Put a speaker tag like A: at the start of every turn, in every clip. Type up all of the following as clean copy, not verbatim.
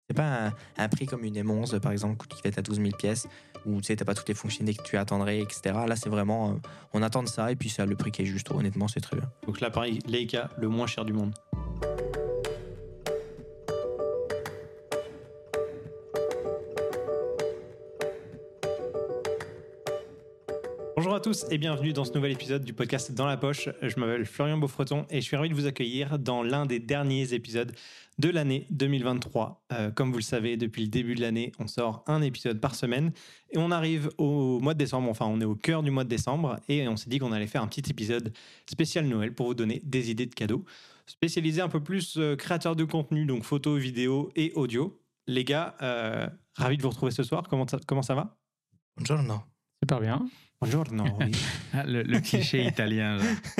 A: C'est pas un prix comme une M11, par exemple, qui fait à 12 000 pièces, où tu sais, t'as pas toutes les fonctionnalités que tu attendrais, etc. Là, c'est vraiment, on attend de ça, et puis ça, le prix qui est juste, honnêtement, c'est très bien.
B: Donc l'appareil Leica le moins cher du monde. Bonjour à tous et bienvenue dans ce nouvel épisode du podcast Dans la Poche. Je m'appelle Florian Beaufreton et je suis ravi de vous accueillir dans l'un des derniers épisodes de l'année 2023. Comme vous le savez, depuis le début de l'année, on sort un épisode par semaine et on arrive au mois de décembre, enfin on est au cœur du mois de décembre et on s'est dit qu'on allait faire un petit épisode spécial Noël pour vous donner des idées de cadeaux, spécialisé un peu plus créateur de contenu, donc photos, vidéos et audio. Les gars, ravi de vous retrouver ce soir, comment ça va ?
A: Buongiorno.
C: Super bien.
B: Buongiorno, oui.
C: le cliché italien.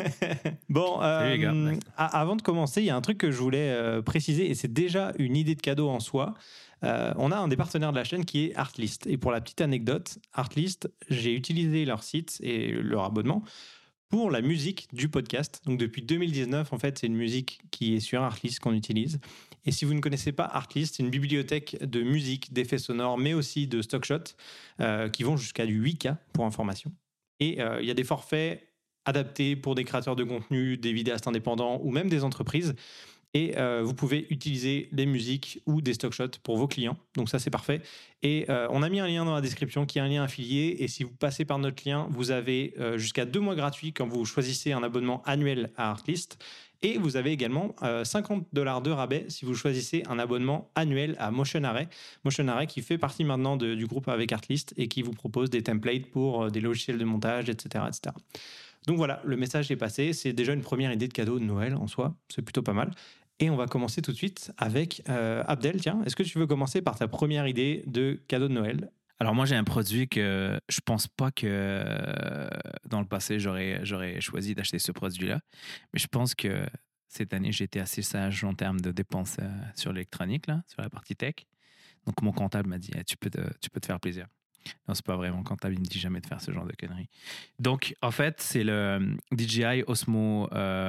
B: Bon,
C: Salut, les gars.
B: avant de commencer, il y a un truc que je voulais préciser et c'est déjà une idée de cadeau en soi. On a un des partenaires de la chaîne qui est Artlist. Et pour la petite anecdote, Artlist, j'ai utilisé leur site et leur abonnement pour la musique du podcast. Donc depuis 2019, en fait, c'est une musique qui est sur Artlist qu'on utilise. Et si vous ne connaissez pas Artlist, c'est une bibliothèque de musique, d'effets sonores, mais aussi de stock shots qui vont jusqu'à du 8K pour information. Et il y a des forfaits adaptés pour des créateurs de contenu, des vidéastes indépendants ou même des entreprises. Et vous pouvez utiliser des musiques ou des stock shots pour vos clients. Donc ça, c'est parfait. Et on a mis un lien dans la description qui est un lien affilié. Et si vous passez par notre lien, vous avez jusqu'à 2 mois gratuits quand vous choisissez un abonnement annuel à Artlist. Et vous avez également $50 de rabais si vous choisissez un abonnement annuel à Motion Array. Motion Array qui fait partie maintenant du groupe avec Artlist et qui vous propose des templates pour des logiciels de montage, etc., etc. Donc voilà, le message est passé. C'est déjà une première idée de cadeau de Noël en soi. C'est plutôt pas mal. Et on va commencer tout de suite avec Abdel. Tiens, est-ce que tu veux commencer par ta première idée de cadeau de Noël ?
C: Alors moi, j'ai un produit que je pense pas que dans le passé, j'aurais choisi d'acheter ce produit-là. Mais je pense que cette année, j'ai été assez sage en termes de dépenses sur l'électronique, là, sur la partie tech. Donc mon comptable m'a dit, tu peux te faire plaisir. Non, c'est pas vrai. Mon comptable, il me dit jamais de faire ce genre de conneries. Donc, en fait, c'est le DJI Osmo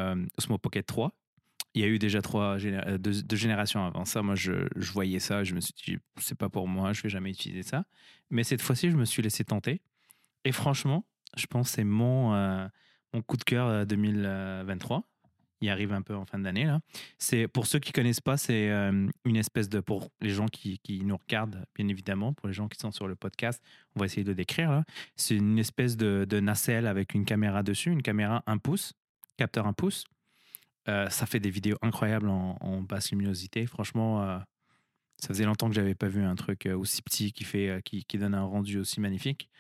C: Pocket 3. Il y a eu déjà deux générations avant ça. Moi, je voyais ça. Je me suis dit, c'est pas pour moi. Je vais jamais utiliser ça. Mais cette fois-ci, je me suis laissé tenter. Et franchement, je pense que c'est mon coup de cœur 2023. Il arrive un peu en fin d'année, là. C'est, pour ceux qui ne connaissent pas, c'est une espèce de... Pour les gens qui nous regardent, bien évidemment, pour les gens qui sont sur le podcast, on va essayer de le décrire, là. C'est une espèce de nacelle avec une caméra dessus, une caméra 1 pouce, capteur 1 pouce. Ça fait des vidéos incroyables en basse luminosité. Franchement, ça faisait longtemps que je n'avais pas vu un truc aussi petit qui donne un rendu aussi magnifique.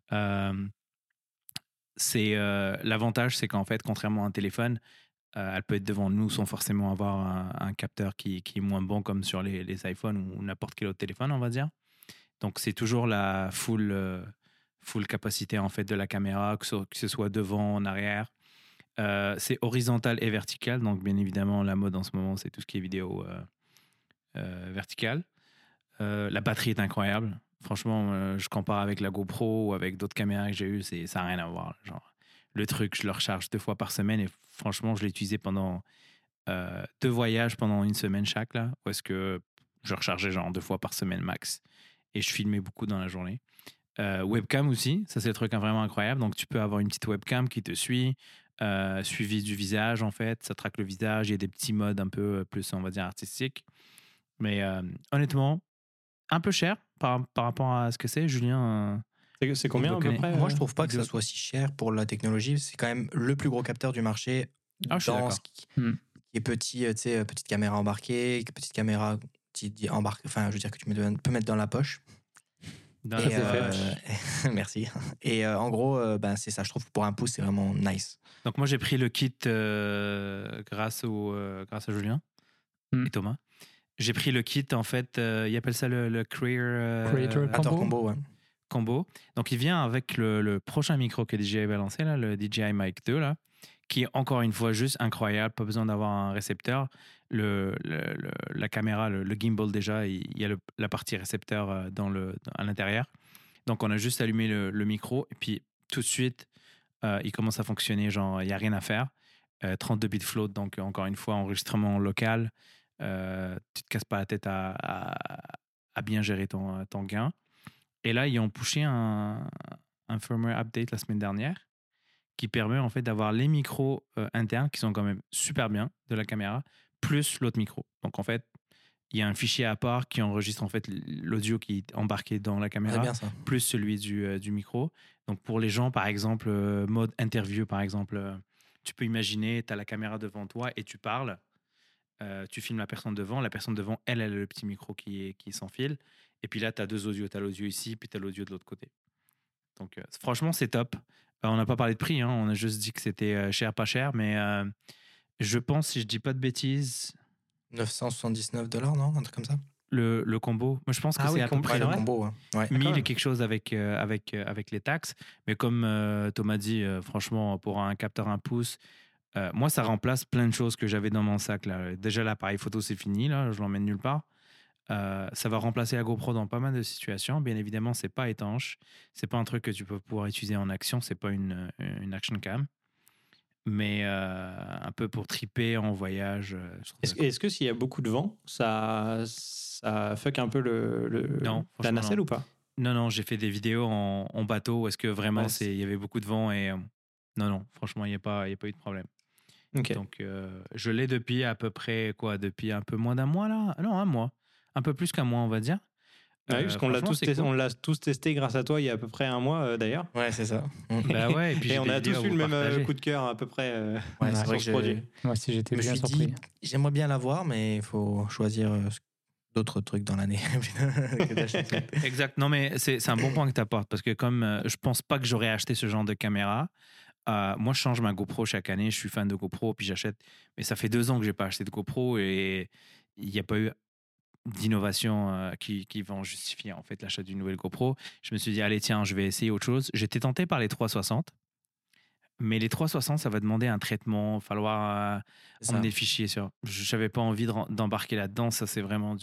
C: L'avantage, c'est qu'en fait, contrairement à un téléphone, elle peut être devant nous sans forcément avoir un capteur qui est moins bon comme sur les iPhones ou n'importe quel autre téléphone, on va dire. Donc, c'est toujours la full capacité en fait de la caméra, que ce soit devant, en arrière. C'est horizontal et vertical. Donc, bien évidemment, la mode en ce moment, c'est tout ce qui est vidéo verticale. La batterie est incroyable. Franchement, je compare avec la GoPro ou avec d'autres caméras que j'ai eues, ça n'a rien à voir. Genre, le truc, je le recharge 2 fois par semaine et franchement, je l'ai utilisé pendant 2 voyages pendant 1 semaine chaque, là, où est-ce que je rechargeais genre 2 fois par semaine max. Et je filmais beaucoup dans la journée. Webcam aussi, ça c'est le truc vraiment incroyable. Donc, tu peux avoir une petite webcam qui te suit, suivi du visage, en fait. Ça traque le visage. Il y a des petits modes un peu plus, on va dire, artistiques. Mais honnêtement, un peu cher par rapport à ce que c'est. Julien,
B: c'est combien à peu près
A: Moi, je trouve pas que ça soit si cher pour la technologie. C'est quand même le plus gros capteur du marché.
C: Ah, je suis d'accord.
A: Qui est petit, tu sais, petite caméra embarquée, petite caméra embarquée, enfin, je veux dire que tu peux mettre dans la poche. Merci. Et en gros, c'est ça, je trouve, pour 1 pouce, c'est vraiment nice.
C: Donc moi, j'ai pris le kit grâce à Julien et Thomas. J'ai pris le kit, en fait, ils appellent ça le
A: Creator Combo. Ouais.
C: Combo. Donc, il vient avec le prochain micro que DJI va lancer, là, le DJI Mic 2, là, qui est encore une fois juste incroyable. Pas besoin d'avoir un récepteur. La caméra, le gimbal déjà, il y a la partie récepteur à l'intérieur. Donc, on a juste allumé le micro et puis tout de suite, il commence à fonctionner. Genre, il n'y a rien à faire. 32 bits float, donc encore une fois, enregistrement local. Tu ne te casses pas la tête à bien gérer ton gain. Et là, ils ont poussé un firmware update la semaine dernière qui permet en fait d'avoir les micros internes qui sont quand même super bien de la caméra, plus l'autre micro. Donc en fait, il y a un fichier à part qui enregistre en fait l'audio qui est embarqué dans la caméra,
A: bien, ça.
C: plus celui du micro. Donc pour les gens, par exemple, mode interview, par exemple, tu peux imaginer, tu as la caméra devant toi et tu parles. Tu filmes la personne devant, elle a le petit micro qui s'enfile. Et puis là, tu as deux audios. Tu as l'audio ici, puis tu as l'audio de l'autre côté. Donc franchement, c'est top. On n'a pas parlé de prix, hein, on a juste dit que c'était cher, pas cher. Mais je pense, si je dis pas de bêtises,
A: $979, non? Un truc comme ça?
C: le combo, moi je pense que
B: Ah
C: c'est
B: oui,
C: à peu près
A: Le
B: vrai
A: combo, ouais.
C: 1000 et quelque chose avec les taxes. Mais comme Thomas dit, franchement, pour un capteur 1 pouce, moi, ça remplace plein de choses que j'avais dans mon sac. Là. Déjà, l'appareil photo, c'est fini. Là, je l'emmène nulle part. Ça va remplacer la GoPro dans pas mal de situations. Bien évidemment, c'est pas étanche. C'est pas un truc que tu peux pouvoir utiliser en action. C'est pas une action cam. Mais un peu pour triper en voyage. Je trouve ça cool.
B: Est-ce que s'il y a beaucoup de vent, ça fuck un peu
C: Non,
B: la
C: franchement,
B: nacelle
C: non.
B: ou pas?
C: Non, j'ai fait des vidéos en bateau. Est-ce que vraiment
B: Ouais,
C: il y avait beaucoup de vent et non, franchement, il n'y a pas eu de problème.
B: Ok.
C: Donc, je l'ai depuis à peu près depuis un peu moins d'un mois là. Non, un mois. Un peu plus qu'un mois, on va dire.
B: Ah oui, parce qu'on l'a
C: franchement, c'est cool.
B: on l'a tous testé grâce à toi il y a à peu près un mois d'ailleurs.
A: Ouais, c'est ça.
C: Bah ouais, et puis
B: Et
C: j'ai
B: on
C: des
B: a
C: vidéos
B: tous
C: à
B: eu
C: vous
B: le même
C: partager.
B: coup de cœur à peu près
A: Ouais, c'est
B: sur
A: vrai
B: ce
A: que
B: produit.
D: Moi aussi, j'étais
A: je me
D: bien
A: suis
D: surpris.
A: dit, j'aimerais bien l'avoir, mais il faut choisir d'autres trucs dans l'année que d'acheter.
C: Exact. Non, mais c'est un bon point que tu apportes parce que comme je pense pas que j'aurais acheté ce genre de caméra, moi je change ma GoPro chaque année. Je suis fan de GoPro, puis j'achète. Mais ça fait 2 ans que j'ai pas acheté de GoPro et il n'y a pas eu d'innovation qui vont justifier en fait l'achat d'une nouvelle GoPro. Je me suis dit, allez, tiens, je vais essayer autre chose. J'étais tenté par les 360. Mais les 360, ça va demander un traitement, il va falloir emmener le fichier sur. Je n'avais pas envie d'embarquer là-dedans. Ça, c'est vraiment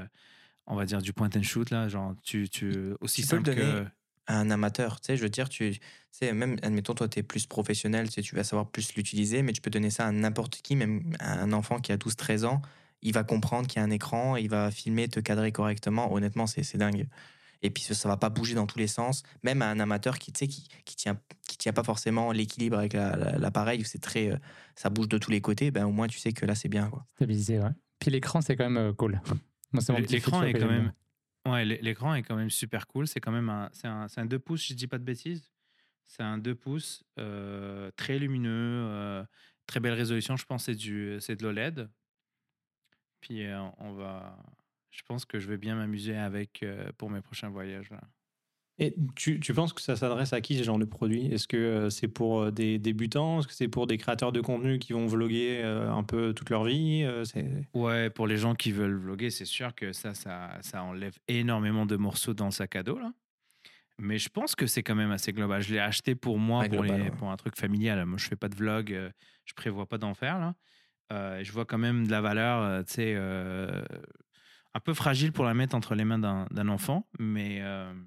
C: on va dire, du point and shoot, là. Genre, aussi
A: Tu peux le
C: simple
A: donner
C: que.
A: à un amateur, tu sais, je veux dire, tu sais, même, admettons, toi, tu es plus professionnel, tu sais, tu vas savoir plus l'utiliser, mais tu peux donner ça à n'importe qui, même à un enfant qui a 12-13 ans, il va comprendre qu'il y a un écran, il va filmer, te cadrer correctement. Honnêtement, c'est dingue. Et puis, ça va pas bouger dans tous les sens. Même à un amateur qui, tu sais, qui tient pas forcément l'équilibre avec l'appareil, où c'est très, ça bouge de tous les côtés, ben, au moins, tu sais que là, c'est bien, quoi.
D: Stabilisé, ouais. Puis l'écran, c'est quand même cool. Moi, c'est mon petit
C: L'écran
D: feature
C: est
D: que
C: quand
D: j'aime
C: même.
D: bien.
C: Ouais, l'écran est quand même super cool. C'est quand même c'est un 2 pouces, si je dis pas de bêtises. C'est un 2 pouces très lumineux, très belle résolution. Je pense que c'est de l'OLED. Puis je pense que je vais bien m'amuser avec pour mes prochains voyages. Là.
B: Et tu penses que ça s'adresse à qui ce genre de produit? Est-ce que c'est pour des débutants? Est-ce que c'est pour des créateurs de contenu qui vont vloguer un peu toute leur vie?
C: Ouais, pour les gens qui veulent vloguer, c'est sûr que ça enlève énormément de morceaux dans le sac à dos, là. Mais je pense que c'est quand même assez global. Je l'ai acheté pour moi,
A: Ouais, global, ouais.
C: pour un truc familial. Moi, je fais pas de vlog, je prévois pas d'en faire, là. Je vois quand même de la valeur, tu sais, un peu fragile pour la mettre entre les mains d'un enfant, mais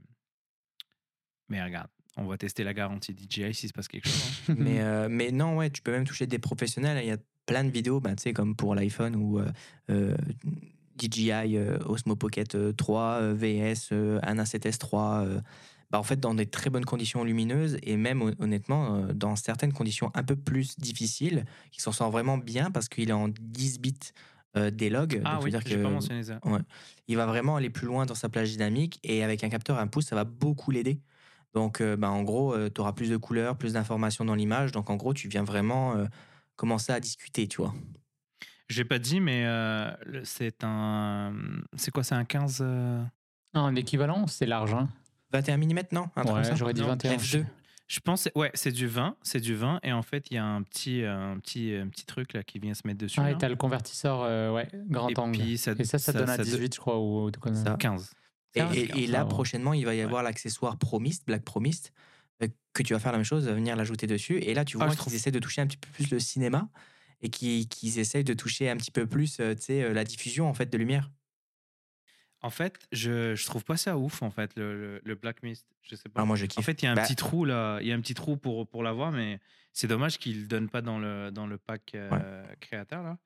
C: regarde, on va tester la garantie DJI s'il se passe quelque chose. Hein.
A: Mais non, ouais, tu peux même toucher des professionnels. Il y a plein de vidéos, tu sais, comme pour l'iPhone ou DJI Osmo Pocket 3, VS, un A7S3. En fait, dans des très bonnes conditions lumineuses et même honnêtement, dans certaines conditions un peu plus difficiles, qui s'en sort vraiment bien parce qu'il est en 10 bits D-Log.
C: Ah
A: donc,
C: oui,
A: c'est-à-dire
C: j'ai
A: que,
C: pas mentionné ça.
A: ouais, il va vraiment aller plus loin dans sa plage dynamique et avec un capteur 1 pouce, ça va beaucoup l'aider. Donc, en gros, tu auras plus de couleurs, plus d'informations dans l'image. Donc, en gros, tu viens vraiment commencer à discuter, tu vois.
C: J'ai pas dit, mais c'est quoi, c'est un 15
D: Non, l'équivalent, c'est large. Hein.
A: 21 mm, non? Un truc comme
D: Ouais,
A: ça?
D: j'aurais dit
C: Non,
D: 21.
A: F2.
C: Je pense, ouais, c'est du 20, et en fait, il y a un petit truc là qui vient se mettre dessus.
D: Ah,
C: là.
D: et t'as le convertisseur, ouais, grand
C: Et
D: angle.
C: puis,
D: Et ça donne à 18, je crois, ou de quoi.
A: Ça.
C: 15.
A: Et là,
D: Ah, ouais.
A: prochainement, il va y avoir l'accessoire Promist, Black Promist, que tu vas faire la même chose, venir l'ajouter dessus. Et là, tu vois qu'ils essaient de toucher un petit peu plus le cinéma et qu'ils essayent de toucher un petit peu plus, tu sais, la diffusion en fait de lumière.
C: En fait, je trouve pas ça ouf, en fait, le Black Mist. Je sais pas.
A: Ah, moi, je
C: En
A: kiffe.
C: fait, il y a un petit trou là, il y a un petit trou pour l'avoir, mais c'est dommage qu'ils le donnent pas dans le pack créateur là.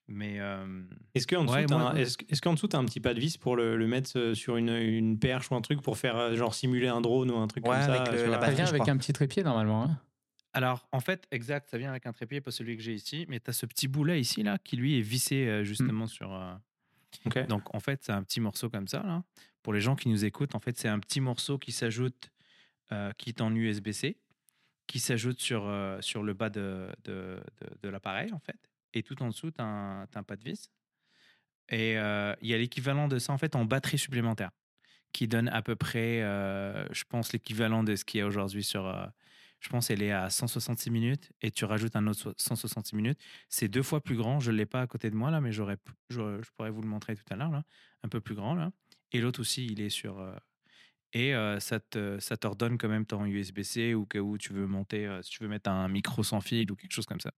C: Mais
B: Est-ce qu'en dessous,
C: ouais, moi,
B: est-ce qu'en dessous, tu as un petit pas de vis pour le mettre sur une perche ou un truc pour faire genre simuler un drone ou un truc
A: Ouais,
B: comme ça
A: avec
B: tu
A: la
B: vois.
D: Ça
A: batterie,
D: vient
A: je
D: avec
A: crois.
D: un petit trépied normalement. Hein.
C: alors, en fait, exact, ça vient avec un trépied, pas celui que j'ai ici, mais tu as ce petit bout-là ici, là, qui lui est vissé justement sur.
B: Ok.
C: Donc, en fait, c'est un petit morceau comme ça, là. Pour les gens qui nous écoutent, en fait, c'est un petit morceau qui s'ajoute, qui est en USB-C, qui s'ajoute sur le bas de l'appareil, en fait. Et tout en dessous, tu as un pas de vis. Et il y a l'équivalent de ça, en fait, en batterie supplémentaire, qui donne à peu près, je pense, l'équivalent de ce qu'il y a aujourd'hui sur. Je pense qu'elle est à 166 minutes et tu rajoutes un autre 166 minutes. C'est 2 fois plus grand. Je ne l'ai pas à côté de moi, là, mais je pourrais vous le montrer tout à l'heure, là. Un peu plus grand, là. Et l'autre aussi, il est sur. Et ça te redonne quand même ton USB-C au cas où tu veux monter, si tu veux mettre un micro sans fil ou quelque chose comme ça.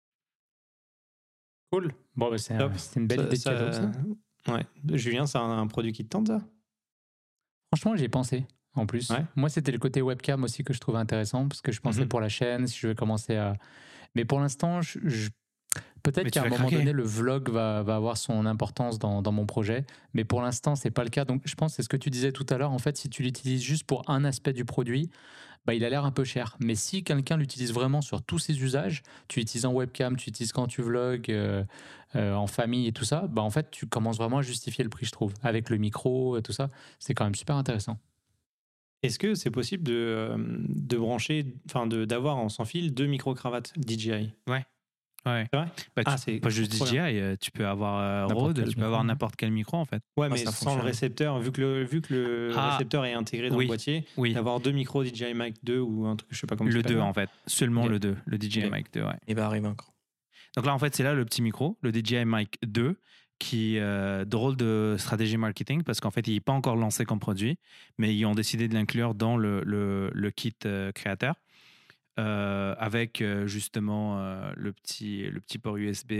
B: Cool.
D: Bon, bah,
B: Top.
D: c'est une belle idée de cadeau, ça.
B: Ouais. Julien, c'est un produit qui te tente, ça?
D: Franchement, j'y ai pensé. En plus,
B: Ouais.
D: moi, c'était le côté webcam aussi que je trouvais intéressant parce que je pensais pour la chaîne, si je veux commencer à. Mais pour l'instant, peut-être
C: Mais tu
D: qu'à un
C: vas
D: moment
C: craquer.
D: donné, le vlog va avoir son importance dans mon projet. Mais pour l'instant, c'est pas le cas. Donc, je pense que c'est ce que tu disais tout à l'heure. En fait, si tu l'utilises juste pour un aspect du produit, bah, il a l'air un peu cher. Mais si quelqu'un l'utilise vraiment sur tous ses usages, tu utilises en webcam, tu utilises quand tu vlogs, en famille et tout ça, bah, en fait, tu commences vraiment à justifier le prix, je trouve. Avec le micro et tout ça, c'est quand même super intéressant.
B: Est-ce que c'est possible de brancher, enfin d'avoir en sans fil 2 micro-cravates DJI?
C: Ouais.
B: C'est vrai?
C: Bah,
B: c'est
C: pas juste
B: trop
C: DJI,
B: bien.
C: tu peux avoir
D: N'importe
C: Rode,
D: quel
C: tu peux
D: micro,
C: avoir
D: hein.
C: n'importe quel micro, en fait.
B: Ouais,
A: Ouais,
B: mais
A: ça
B: sans le
A: fonctionne.
B: récepteur, vu que le
C: Ah,
B: récepteur est intégré dans
C: oui,
B: le boîtier,
C: oui.
B: d'avoir 2 micros DJI Mic 2 ou un truc, je sais pas comment ça
C: Le
B: s'appelle.
C: 2,
B: là.
C: en fait. Seulement
B: Ok.
C: le 2, le DJI
B: Ok.
C: Mic 2, ouais.
A: Il va arriver encore.
C: Donc là, en fait, c'est là le petit micro, le DJI Mic 2, qui drôle de stratégie marketing parce qu'en fait, il n'est pas encore lancé comme produit, mais ils ont décidé de l'inclure dans le kit créateur avec justement le petit port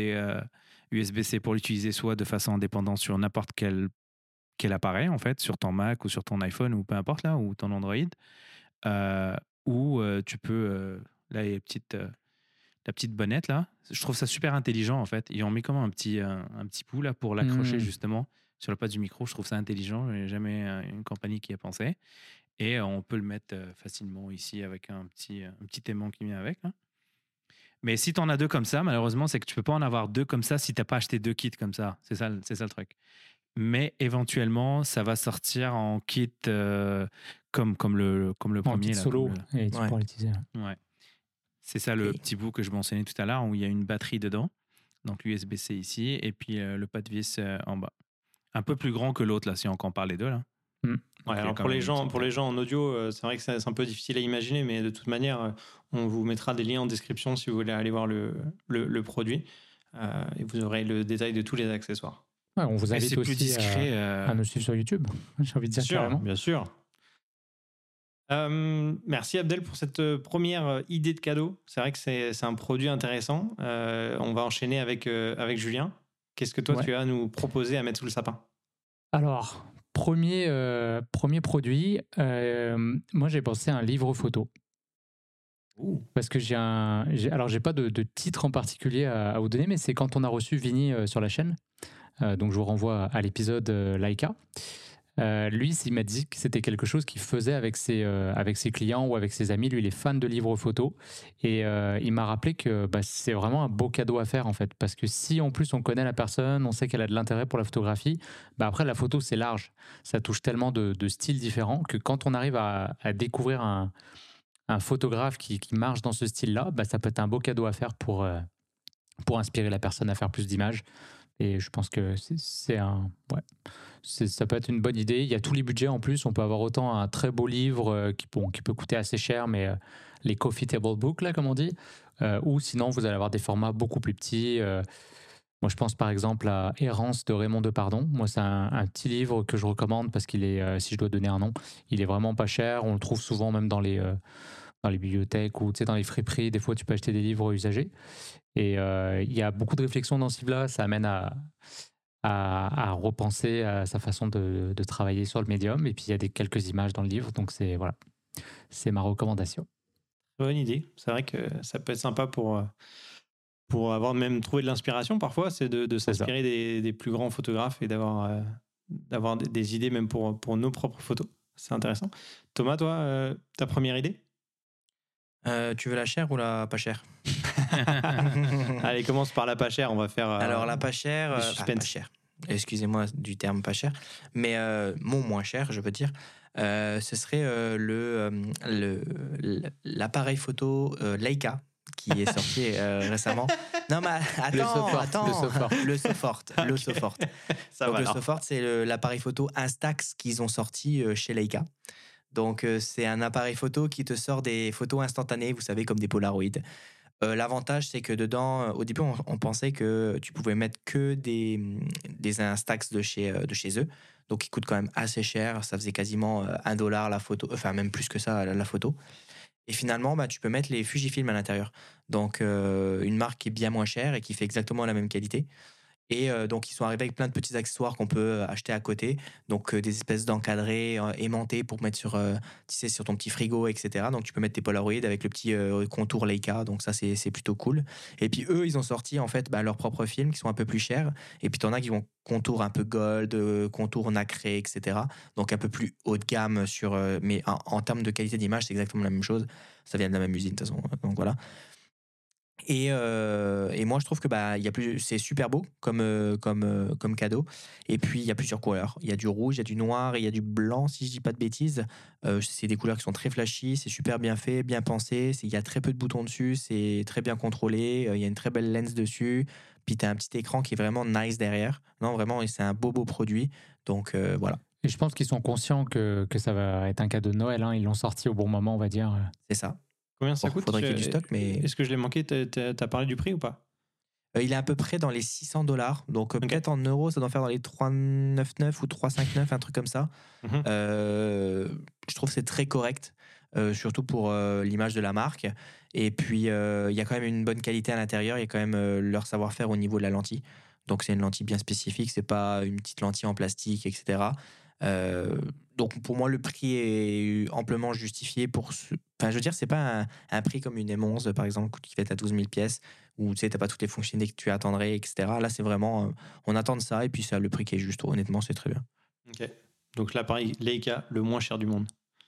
C: USB-C pour l'utiliser soit de façon indépendante sur n'importe quel appareil, en fait, sur ton Mac ou sur ton iPhone ou peu importe, là, ou ton Android, ou tu peux, là, il y a la petite bonnette là, je trouve ça super intelligent en fait. Ils ont mis comme un petit bout là pour l'accrocher justement sur le pas du micro. Je trouve ça intelligent. Il n'y a jamais une compagnie qui a pensé. Et on peut le mettre facilement ici avec un petit aimant qui vient avec. Là. Mais si tu en as 2 comme ça, malheureusement, c'est que tu peux pas en avoir 2 comme ça si tu n'as pas acheté 2 kits comme ça. C'est ça le truc. Mais éventuellement, ça va sortir en kit comme le
D: En
C: premier.
D: kit
C: Là,
D: solo, et tu
A: Ouais.
D: pourras l'utiliser.
C: Ouais. C'est ça le
A: Ok.
C: petit bout que je mentionnais tout à l'heure où il y a une batterie dedans. Donc l'USB-C ici et puis le pas de vis en bas. Un peu plus grand que l'autre là si on compare les deux là.
B: Ouais,
C: il y a
B: alors
C: quand
B: pour
C: même
B: les
C: une
B: gens,
C: petite
B: pour les gens en audio, c'est vrai que c'est un peu difficile à imaginer, mais de toute manière, on vous mettra des liens en description si vous voulez aller voir le produit et vous aurez le détail de tous les accessoires.
D: Ouais, on vous
C: Et
D: invite
C: c'est plus
D: aussi
C: discret.
D: à nous suivre sur YouTube. J'ai envie de dire carrément.
B: Bien sûr. Merci Abdel pour cette première idée de cadeau. C'est vrai que c'est un produit intéressant. On va enchaîner avec Julien. Qu'est-ce que toi
D: Ouais.
B: tu as à nous proposer à mettre sous le sapin?
D: Alors, premier produit, moi j'ai pensé à un livre photo. Parce que alors j'ai pas de titre en particulier à vous donner, mais c'est quand on a reçu Vinny sur la chaîne. Donc je vous renvoie à l'épisode Laika. Lui, il m'a dit que c'était quelque chose qu'il faisait avec ses clients ou avec ses amis. Lui, il est fan de livres photos. Et il m'a rappelé que c'est vraiment un beau cadeau à faire, en fait. Parce que si, en plus, on connaît la personne, on sait qu'elle a de l'intérêt pour la photographie, après, la photo, c'est large. Ça touche tellement de styles différents que quand on arrive à découvrir un photographe qui marche dans ce style-là, ça peut être un beau cadeau à faire pour inspirer la personne à faire plus d'images. Et je pense que ça peut être une bonne idée. Il y a tous les budgets en plus. On peut avoir autant un très beau livre qui peut coûter assez cher, mais les coffee table books, là, comme on dit, ou sinon vous allez avoir des formats beaucoup plus petits. Moi, je pense par exemple à Errance de Raymond Depardon. Moi, c'est un petit livre que je recommande parce qu'il est, si je dois donner un nom, il est vraiment pas cher. On le trouve souvent même dans les bibliothèques ou dans les friperies. Des fois, tu peux acheter des livres usagés. Et il y a beaucoup de réflexions dans ce livre-là. Ça amène à repenser à sa façon de travailler sur le médium. Et puis, il y a quelques images dans le livre. Donc, c'est ma recommandation.
B: Bonne idée. C'est vrai que ça peut être sympa pour pour avoir même trouvé de l'inspiration parfois, c'est de
D: C'est ça.
B: s'inspirer des plus grands photographes et d'avoir des idées même pour nos propres photos. C'est intéressant. Thomas, toi, ta première idée?
A: Tu veux la chère ou la pas chère?
B: Allez, commence par la pas chère, on va faire
A: Alors, la pas chère,
B: du
A: enfin,
B: suspense.
A: pas chère. Excusez-moi du terme pas cher, mais mon moins cher, je veux dire, ce serait l'appareil photo Leica qui est sorti récemment. Non, mais attends, le Sofort. Le Sofort.
B: Ça
A: Donc,
B: va
A: le
B: alors.
A: Sofort, c'est l'appareil photo Instax qu'ils ont sorti chez Leica. Donc, c'est un appareil photo qui te sort des photos instantanées, vous savez, comme des Polaroids. L'avantage, c'est que dedans, au début, on pensait que tu pouvais mettre que des Instax de chez eux. Donc, ils coûtent quand même assez cher. Ça faisait quasiment $1 la photo, enfin, même plus que ça, la photo. Et finalement, bah, tu peux mettre les Fujifilm à l'intérieur. Donc, une marque qui est bien moins chère et qui fait exactement la même qualité. Et donc, ils sont arrivés avec plein de petits accessoires qu'on peut acheter à côté. Donc, des espèces d'encadrés aimantés pour mettre sur, tu sais, sur ton petit frigo, etc. Donc, tu peux mettre tes Polaroids avec le petit contour Leica. Donc, ça, c'est plutôt cool. Et puis, eux, ils ont sorti, en fait, leurs propres films qui sont un peu plus chers. Et puis, t'en as qui vont contour un peu gold, contour nacré, etc. Donc, un peu plus haut de gamme mais en termes de qualité d'image, c'est exactement la même chose. Ça vient de la même usine, de toute façon. Donc, voilà. Et moi, je trouve que c'est super beau comme cadeau. Et puis, il y a plusieurs couleurs. Il y a du rouge, il y a du noir et il y a du blanc, si je dis pas de bêtises. C'est des couleurs qui sont très flashy, c'est super bien fait, bien pensé. Il y a très peu de boutons dessus, c'est très bien contrôlé. Il y a une très belle lens dessus. Puis, tu as un petit écran qui est vraiment nice derrière. Non, vraiment, c'est un beau produit. Donc, voilà,
D: Et je pense qu'ils sont conscients que ça va être un cadeau de Noël. Hein. Ils l'ont sorti au bon moment, on va dire.
A: c'est ça.
B: Combien ça
A: Bon,
B: coûte?
A: faudrait qu'il y ait du stock, mais
B: Est-ce que je l'ai manqué? T'as parlé du prix ou pas?
A: il est à peu près dans les $600. Donc,
B: Ok.
A: peut-être en euros, ça doit faire dans les 399 ou 359, un truc comme ça.
B: Mhm.
A: Je trouve que c'est très correct, surtout pour l'image de la marque. Et puis, il y a quand même une bonne qualité à l'intérieur. Il y a quand même leur savoir-faire au niveau de la lentille. Donc, c'est une lentille bien spécifique. C'est pas une petite lentille en plastique, etc. Donc, pour moi, le prix est amplement justifié pour ce... Enfin, je veux dire, c'est pas un prix comme une M11, par exemple, qui fait à 12 000 pièces, où tu sais, t'as pas toutes les fonctionnalités que tu attendrais, etc. Là, c'est vraiment... on attend de ça, et puis ça, le prix qui est juste. Honnêtement, c'est très bien.
B: Ok. Donc l'appareil Leica, le moins cher du monde.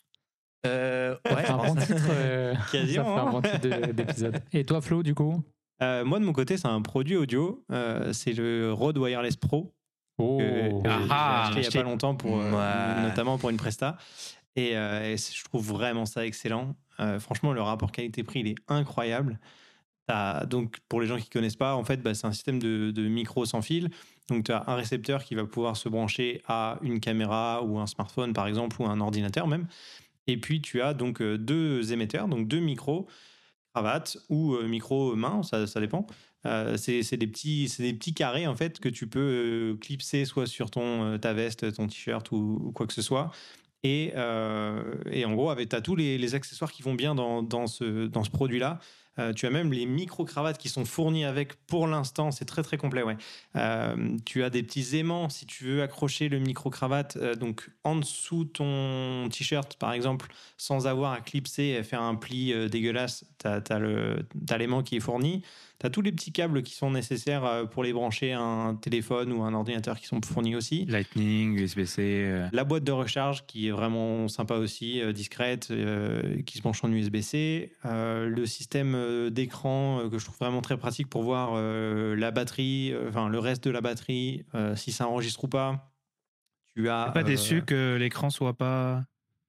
D: Ça
A: Ouais,
D: fait un bon titre, ça fait
B: Quasiment,
D: un
B: hein.
D: bon titre d'épisode. Et toi, Flo, du coup?
B: Moi, de mon côté, c'est un produit audio. C'est le Rode Wireless Pro.
D: Oh,
B: Que j'ai acheté il n'y a pas longtemps,
A: Ouais.
B: notamment pour une presta. Et je trouve vraiment ça excellent. Franchement, le rapport qualité-prix, il est incroyable. Donc, pour les gens qui ne connaissent pas, en fait, c'est un système de micro sans fil. Donc, tu as un récepteur qui va pouvoir se brancher à une caméra ou un smartphone, par exemple, ou un ordinateur même. Et puis, tu as donc deux émetteurs, donc deux micros, cravate ou micro main, ça dépend. C'est des petits carrés en fait que tu peux clipser soit sur ta veste, ton t-shirt ou quoi que ce soit. Et en gros, tu as tous les accessoires qui vont bien dans ce produit-là. Tu as même les micro-cravates qui sont fournies avec pour l'instant. C'est très, très complet, ouais. Tu as des petits aimants si tu veux accrocher le micro-cravate donc en dessous ton t-shirt, par exemple, sans avoir à clipser et faire un pli dégueulasse. Tu as l'aimant qui est fourni. Tu as tous les petits câbles qui sont nécessaires pour les brancher à un téléphone ou un ordinateur qui sont fournis aussi.
C: Lightning, USB-C.
B: La boîte de recharge qui est vraiment sympa aussi, discrète, qui se branche en USB-C. Le système d'écran que je trouve vraiment très pratique pour voir la batterie, le reste de la batterie, si ça enregistre ou pas. Tu as.
C: T'es pas déçu que l'écran ne soit pas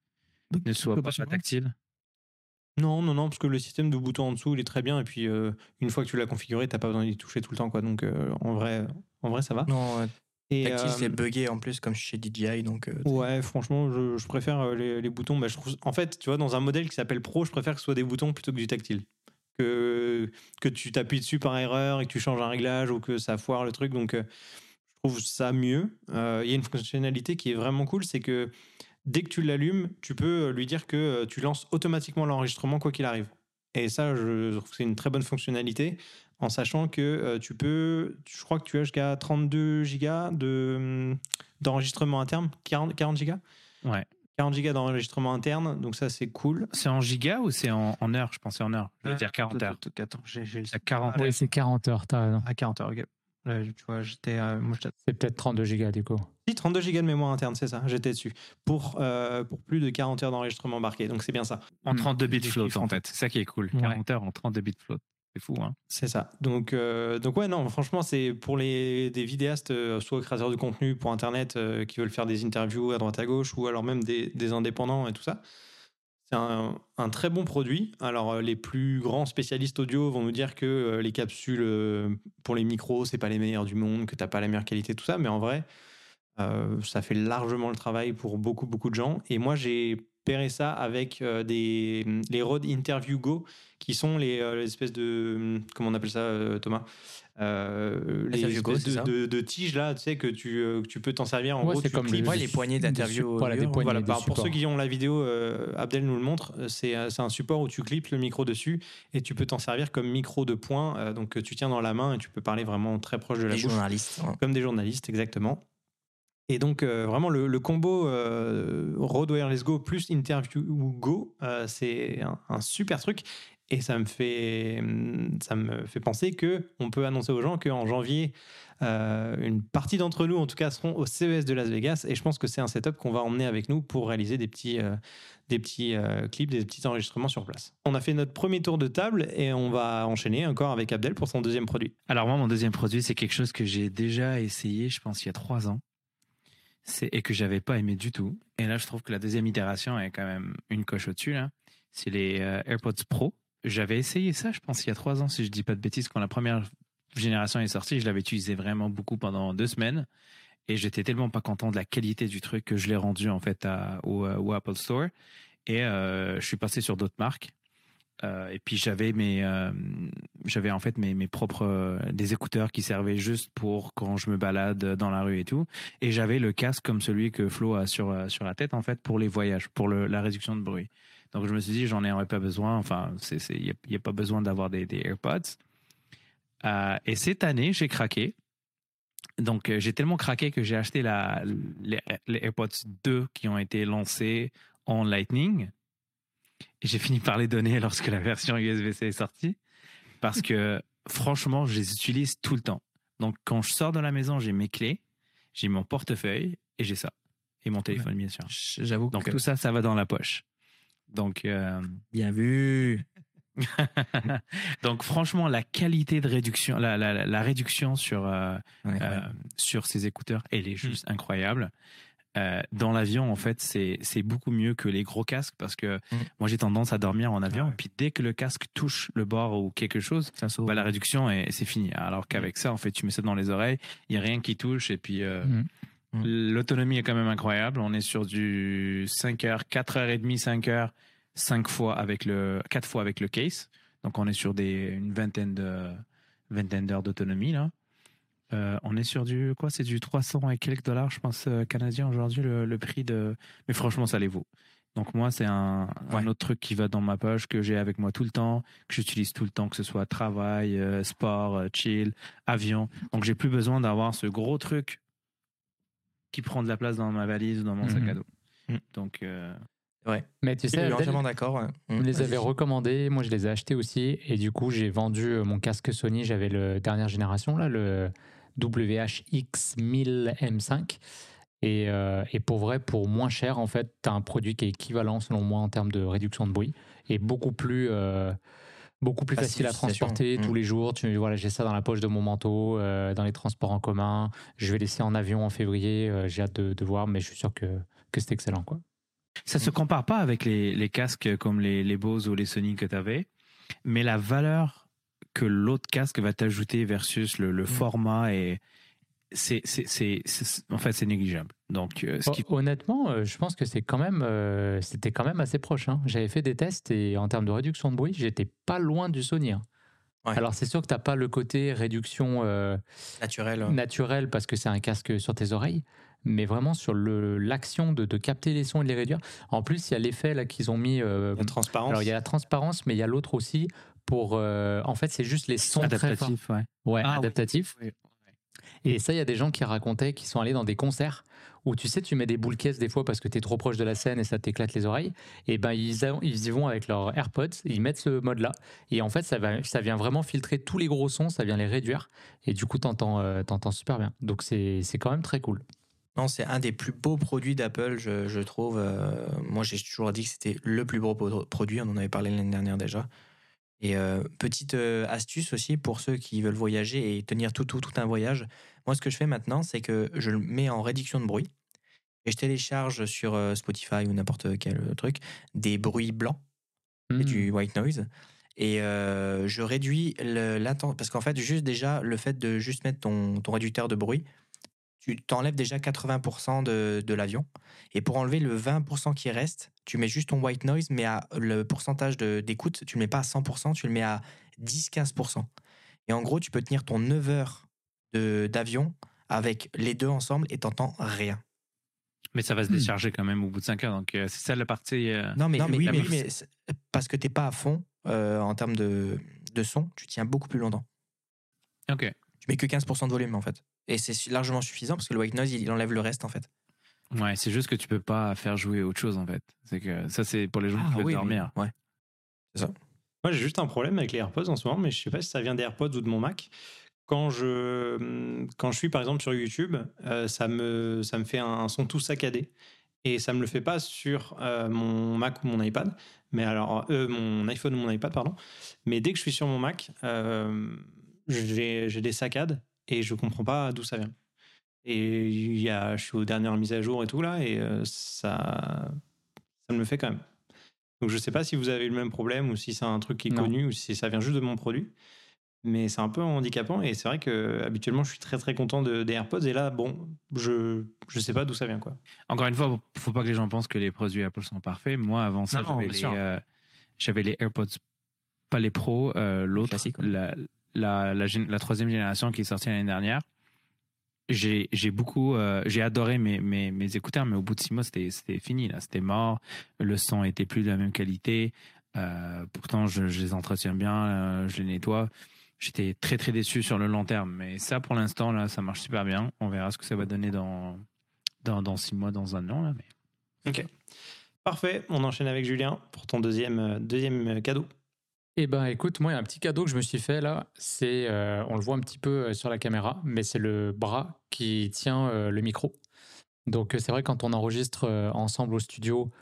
B: sûr.
C: tactile?
B: Non, parce que le système de boutons en dessous, il est très bien. Et puis, une fois que tu l'as configuré, tu n'as pas besoin d'y toucher tout le temps, quoi. Donc, en vrai, ça va.
A: Non,
B: Et,
A: tactile, c'est buggé en plus, comme chez DJI. Donc,
B: ouais, franchement, je préfère les boutons. Je trouve, en fait, tu vois, dans un modèle qui s'appelle Pro, je préfère que ce soit des boutons plutôt que du tactile. Que tu t'appuies dessus par erreur et que tu changes un réglage ou que ça foire le truc. Donc, je trouve ça mieux. Il y a une fonctionnalité qui est vraiment cool, c'est que dès que tu l'allumes, tu peux lui dire que tu lances automatiquement l'enregistrement quoi qu'il arrive. Et ça, je trouve que c'est une très bonne fonctionnalité, en sachant que je crois que tu as jusqu'à 32 gigas d'enregistrement à terme, 40 gigas.
C: Ouais.
B: 40 gigas d'enregistrement interne, donc ça c'est cool.
C: C'est en giga ou c'est en heures? Je pensais en heures. Je veux dire 40 heures.
B: Attends, j'ai
C: À 40
D: Oui, c'est 40 heures, t'as raison.
B: à 40 heures, ok. Là, tu vois, j'étais
D: C'est peut-être 32 gigas du coup.
B: Si, 32 gigas de mémoire interne, c'est ça, j'étais dessus. Pour plus de 40 heures d'enregistrement embarqué, donc c'est bien ça.
C: En 32 bits float, en fait. C'est ça qui est cool.
D: Ouais.
C: 40 heures en 32 bits float. C'est fou, hein.
B: C'est ça. Donc ouais, non, franchement, c'est pour des vidéastes, soit créateurs de contenu pour Internet qui veulent faire des interviews à droite à gauche, ou alors même des indépendants et tout ça. C'est un très bon produit. Alors, les plus grands spécialistes audio vont nous dire que les capsules pour les micros, c'est pas les meilleures du monde, que t'as pas la meilleure qualité, tout ça. Mais en vrai, ça fait largement le travail pour beaucoup, beaucoup de gens. Et moi, j'ai pairé ça avec les Rode Interview Go, qui sont les espèces de... Comment on appelle ça, Thomas les
A: Interview Go,
B: espèces
A: c'est ça
B: de tiges, là, tu sais, que tu peux t'en servir. En
D: Ouais,
B: gros,
D: c'est
B: tu
D: comme
B: clips.
A: les poignées d'interview.
D: Voilà, des poignées
B: Voilà,
D: de
B: pour
D: support.
B: ceux qui ont la vidéo, Abdel nous le montre, c'est un support où tu clips le micro dessus et tu peux t'en servir comme micro de poing, donc que tu tiens dans la main et tu peux parler vraiment très proche de la
A: Les
B: bouche.
A: journalistes. Hein.
B: Comme des journalistes, exactement. Et donc, vraiment, le combo Rode Wireless Go plus Interview Go, c'est un super truc. Et ça me fait penser qu'on peut annoncer aux gens qu'en janvier, une partie d'entre nous, en tout cas, seront au CES de Las Vegas. Et je pense que c'est un setup qu'on va emmener avec nous pour réaliser des petits clips, des petits enregistrements sur place. On a fait notre premier tour de table et on va enchaîner encore avec Abdel pour son deuxième produit.
C: Alors moi, mon deuxième produit, c'est quelque chose que j'ai déjà essayé, je pense, il y a 3 ans. Et que j'avais pas aimé du tout. Et là, je trouve que la deuxième itération est quand même une coche au-dessus, là. C'est les AirPods Pro. J'avais essayé ça, je pense, il y a 3 ans, si je dis pas de bêtises, quand la première génération est sortie. Je l'avais utilisé vraiment beaucoup pendant 2 semaines. Et j'étais tellement pas content de la qualité du truc que je l'ai rendu, en fait, au Apple Store. Et je suis passé sur d'autres marques. Et puis j'avais en fait mes propres des écouteurs qui servaient juste pour quand je me balade dans la rue et tout. Et j'avais le casque comme celui que Flo a sur la tête, en fait, pour les voyages, pour la réduction de bruit. Donc je me suis dit, j'en aurais pas besoin. Enfin, il y a pas besoin d'avoir des AirPods. Et cette année, j'ai craqué. Donc j'ai tellement craqué que j'ai acheté les AirPods 2 qui ont été lancés en Lightning. Et j'ai fini par les donner lorsque la version USB-C est sortie. Parce que, franchement, je les utilise tout le temps. Donc, quand je sors de la maison, j'ai mes clés, j'ai mon portefeuille et j'ai ça. Et mon téléphone, bien sûr.
A: J'avoue
C: Donc,
A: que...
C: tout ça, ça va dans la poche. Donc,
A: Bien vu.
C: donc, franchement, la qualité de réduction, la réduction sur ces écouteurs, elle est juste incroyable. Dans l'avion, en fait, c'est beaucoup mieux que les gros casques parce que moi, j'ai tendance à dormir en avion. Et puis, dès que le casque touche le bord ou quelque chose, la réduction, c'est fini. Alors qu'avec ça, en fait, tu mets ça dans les oreilles, il n'y a rien qui touche. Et puis, l'autonomie est quand même incroyable. On est sur du 5 heures, 4h30, 5 heures, 4 fois avec le case. Donc, on est sur une vingtaine d'heures d'autonomie, là. On est sur c'est du 300 et quelques dollars, je pense, canadien aujourd'hui, le prix de... Mais franchement, ça les vaut. Donc moi, c'est un autre truc qui va dans ma poche, que j'ai avec moi tout le temps, que j'utilise tout le temps, que ce soit travail, sport, chill, avion. Donc j'ai plus besoin d'avoir ce gros truc qui prend de la place dans ma valise ou dans mon sac à dos. Donc...
A: Ouais.
D: Mais tu sais,
A: je suis
D: Abdel,
A: entièrement d'accord. Ouais.
D: vous les avez recommandés, moi je les ai achetés aussi, et du coup j'ai vendu mon casque Sony, j'avais le dernière génération, là, le WH-X1000M5, et pour vrai, pour moins cher, en fait, tu as un produit qui est équivalent selon moi en termes de réduction de bruit, et beaucoup plus facile à transporter tous les jours. J'ai ça dans la poche de mon manteau, dans les transports en commun, je vais laisser en avion en février, j'ai hâte de voir, mais je suis sûr que c'est excellent, quoi.
C: Ça se compare pas avec les casques comme les Bose ou les Sony que tu avais, mais la valeur que l'autre casque va t'ajouter versus le format, en fait, c'est négligeable. Donc,
D: honnêtement, je pense que c'était quand même assez proche. Hein. J'avais fait des tests et en termes de réduction de bruit, j'étais pas loin du Sony. Hein. Ouais. Alors, c'est sûr que tu n'as pas le côté réduction naturelle parce que c'est un casque sur tes oreilles. Mais vraiment sur l'action de capter les sons et de les réduire. En plus, il y a l'effet là qu'ils ont mis.
B: La transparence.
D: Alors, il y a la transparence, mais il y a l'autre aussi pour. En fait, c'est juste les sons
C: adaptatifs,
D: très forts. Ouais, adaptatifs.
C: Oui.
D: Et ça, il y a des gens qui racontaient qu'ils sont allés dans des concerts où tu sais, tu mets des boules caisses des fois parce que tu es trop proche de la scène et ça t'éclate les oreilles. Et ben ils y vont avec leurs AirPods, ils mettent ce mode-là. Et en fait, ça vient vraiment filtrer tous les gros sons, ça vient les réduire. Et du coup, t'entends super bien. Donc c'est quand même très cool.
A: Non, c'est un des plus beaux produits d'Apple, je trouve. Moi, j'ai toujours dit que c'était le plus beau produit. On en avait parlé l'année dernière déjà. Et petite astuce aussi pour ceux qui veulent voyager et tenir tout un voyage. Moi, ce que je fais maintenant, c'est que je le mets en réduction de bruit et je télécharge sur Spotify ou n'importe quel truc des bruits blancs et du white noise. Et je réduis l'intensité. Parce qu'en fait, juste déjà, le fait de juste mettre ton réducteur de bruit, tu t'enlèves déjà 80% de l'avion. Et pour enlever le 20% qui reste, tu mets juste ton white noise, mais le pourcentage d'écoute, tu ne le mets pas à 100%, tu le mets à 10-15%. Et en gros, tu peux tenir ton 9 heures d'avion avec les deux ensemble et t'entends rien.
C: Mais ça va se décharger quand même au bout de 5 heures. Donc, c'est ça la partie.
A: Non, mais parce que tu n'es pas à fond en termes de son, tu tiens beaucoup plus longtemps.
C: Ok.
A: Tu mets que 15% de volume, en fait. Et c'est largement suffisant parce que le white noise, il enlève le reste, en fait.
C: Ouais, c'est juste que tu peux pas faire jouer autre chose, en fait. C'est que ça, c'est pour les gens qui veulent dormir.
A: Ouais. C'est ça.
B: Moi, j'ai juste un problème avec les AirPods en ce moment, mais je sais pas si ça vient des AirPods ou de mon Mac. Quand je suis par exemple sur YouTube, ça me fait un son tout saccadé. Et ça me le fait pas sur mon Mac ou mon iPad, mais alors mon iPhone ou mon iPad, pardon. Mais dès que je suis sur mon Mac, j'ai des saccades et je comprends pas d'où ça vient. Et je suis aux dernières mises à jour et tout là, et ça me le fait quand même. Donc je sais pas si vous avez le même problème ou si c'est un truc qui est connu ou si ça vient juste de mon produit. Mais c'est un peu handicapant et c'est vrai que habituellement je suis très très content des AirPods et là bon je sais pas d'où ça vient quoi.
C: Encore une fois, faut pas que les gens pensent que les produits Apple sont parfaits. Moi avant ça j'avais les AirPods, pas les Pro, l'autre classique, la troisième génération qui est sortie l'année dernière. J'ai adoré mes écouteurs, mais au bout de 6 mois c'était fini là, c'était mort. Le son était plus de la même qualité. Pourtant je les entretiens bien, je les nettoie. J'étais très très déçu sur le long terme, mais ça pour l'instant là ça marche super bien. On verra ce que ça va donner dans 6 mois, dans un an là. Mais...
B: Ok, parfait. On enchaîne avec Julien pour ton deuxième cadeau.
D: Eh ben écoute, moi il y a un petit cadeau que je me suis fait là, c'est, on le voit un petit peu sur la caméra, mais c'est le bras qui tient le micro. Donc c'est vrai quand on enregistre ensemble au studio,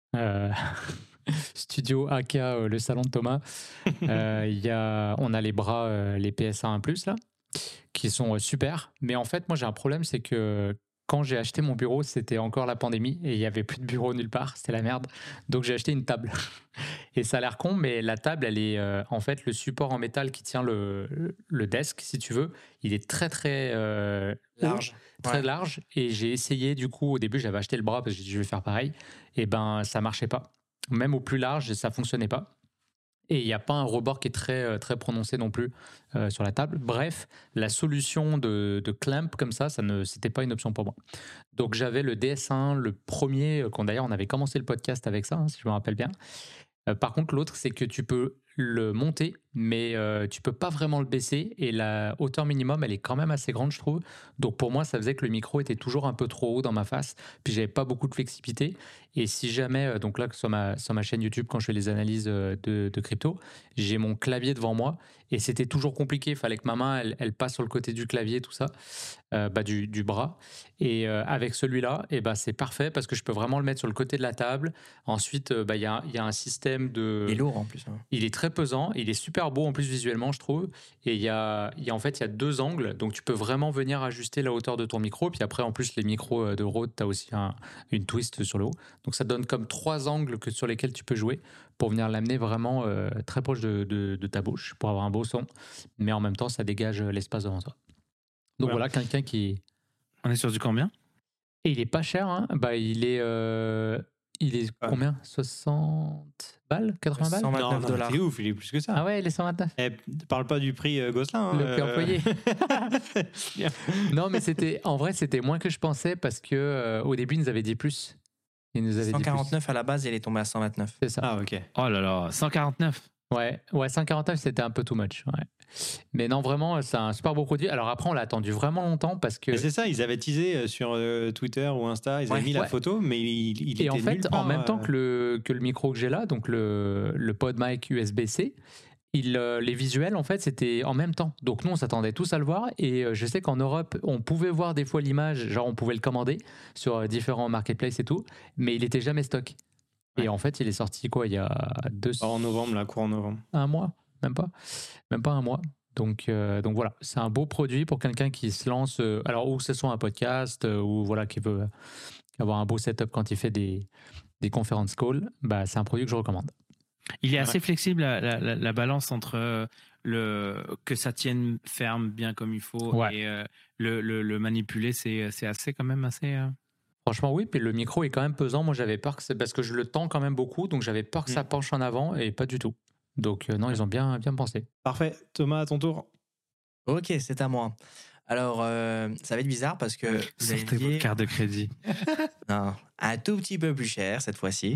D: studio AK le salon de Thomas, on a les bras, les PSA 1+, là, qui sont super. Mais en fait, moi j'ai un problème, c'est que quand j'ai acheté mon bureau, c'était encore la pandémie et il n'y avait plus de bureau nulle part, c'était la merde. Donc j'ai acheté une table. Et ça a l'air con, mais la table, elle est en fait le support en métal qui tient le desk, si tu veux. Il est très très large, très large. Et j'ai essayé du coup, au début, j'avais acheté le bras parce que j'ai dit je vais faire pareil. Et ben ça marchait pas. Même au plus large, ça fonctionnait pas. Et il n'y a pas un rebord qui est très, très prononcé non plus sur la table. Bref, la solution de clamp comme ça c'était pas une option pour moi. Donc j'avais le DS1, le premier, quand d'ailleurs on avait commencé le podcast avec ça, si je me rappelle bien. Par contre, l'autre, c'est que tu peux le monter, mais tu peux pas vraiment le baisser. Et la hauteur minimum, elle est quand même assez grande, je trouve. Donc pour moi, ça faisait que le micro était toujours un peu trop haut dans ma face. Puis j'avais pas beaucoup de flexibilité. Et si jamais, donc là, sur ma chaîne YouTube, quand je fais les analyses de crypto, j'ai mon clavier devant moi. Et c'était toujours compliqué. Il fallait que ma main, elle passe sur le côté du clavier, tout ça, du bras. Et avec celui-là, c'est parfait parce que je peux vraiment le mettre sur le côté de la table. Ensuite, il y a un système de...
A: Il est lourd en plus. Hein.
D: Il est très pesant. Il est super beau en plus visuellement, je trouve. Et il y a 2 angles. Donc tu peux vraiment venir ajuster la hauteur de ton micro. Puis après, en plus, les micros de Rode, tu as aussi une twist sur le haut. Donc ça donne comme 3 angles sur lesquels tu peux jouer pour venir l'amener vraiment très proche de ta bouche pour avoir un beau son. Mais en même temps, ça dégage l'espace devant toi. Donc voilà, quelqu'un qui...
C: On est sur du combien ?
D: Et il est pas cher, hein. Il est combien ? 60 balles ? 80 balles ?
A: 129 $.
B: C'est ouf, il est plus que ça.
D: Ah ouais, il est 129.
B: Parle pas du prix Gosselin.
D: Le prix employé. Non, mais c'était moins que je pensais parce que au début, ils nous avaient dit plus. Ils nous avaient
A: 149 à la base, il est tombé à 129.
D: C'est ça.
B: Ah ok.
C: Oh là là, 149.
D: Ouais, 5,49 c'était un peu too much. Ouais. Mais non, vraiment, c'est un super beau produit. Alors après, on l'a attendu vraiment longtemps parce que.
B: Mais c'est ça, ils avaient teasé sur Twitter ou Insta, ils avaient mis la photo, mais il
D: Et
B: était
D: en fait,
B: nulle part,
D: en même temps que le micro que j'ai là, donc le PodMic USB-C, les visuels, en fait, c'était en même temps. Donc nous, on s'attendait tous à le voir. Et je sais qu'en Europe, on pouvait voir des fois l'image, genre on pouvait le commander sur différents marketplaces et tout, mais il était jamais stock.
B: Ouais.
D: Et en fait, il est sorti quoi, il y a
B: en novembre, là, courant novembre.
D: un mois, même pas un mois. Donc voilà, c'est un beau produit pour quelqu'un qui se lance, alors ou que ce soit un podcast, ou voilà, qui veut avoir un beau setup quand il fait des conference calls, bah, c'est un produit que je recommande.
C: Il est assez flexible, la balance entre que ça tienne ferme bien comme il faut et le manipuler, c'est assez quand même assez...
D: Franchement, oui. Puis le micro est quand même pesant. Moi, j'avais peur que c'est parce que je le tends quand même beaucoup, donc j'avais peur que ça penche en avant et pas du tout. Donc non, ils ont bien pensé.
B: Parfait. Thomas, à ton tour.
A: Ok, c'est à moi. Alors, ça va être bizarre parce que
C: sortez votre carte de crédit.
A: Non, un tout petit peu plus cher cette fois-ci.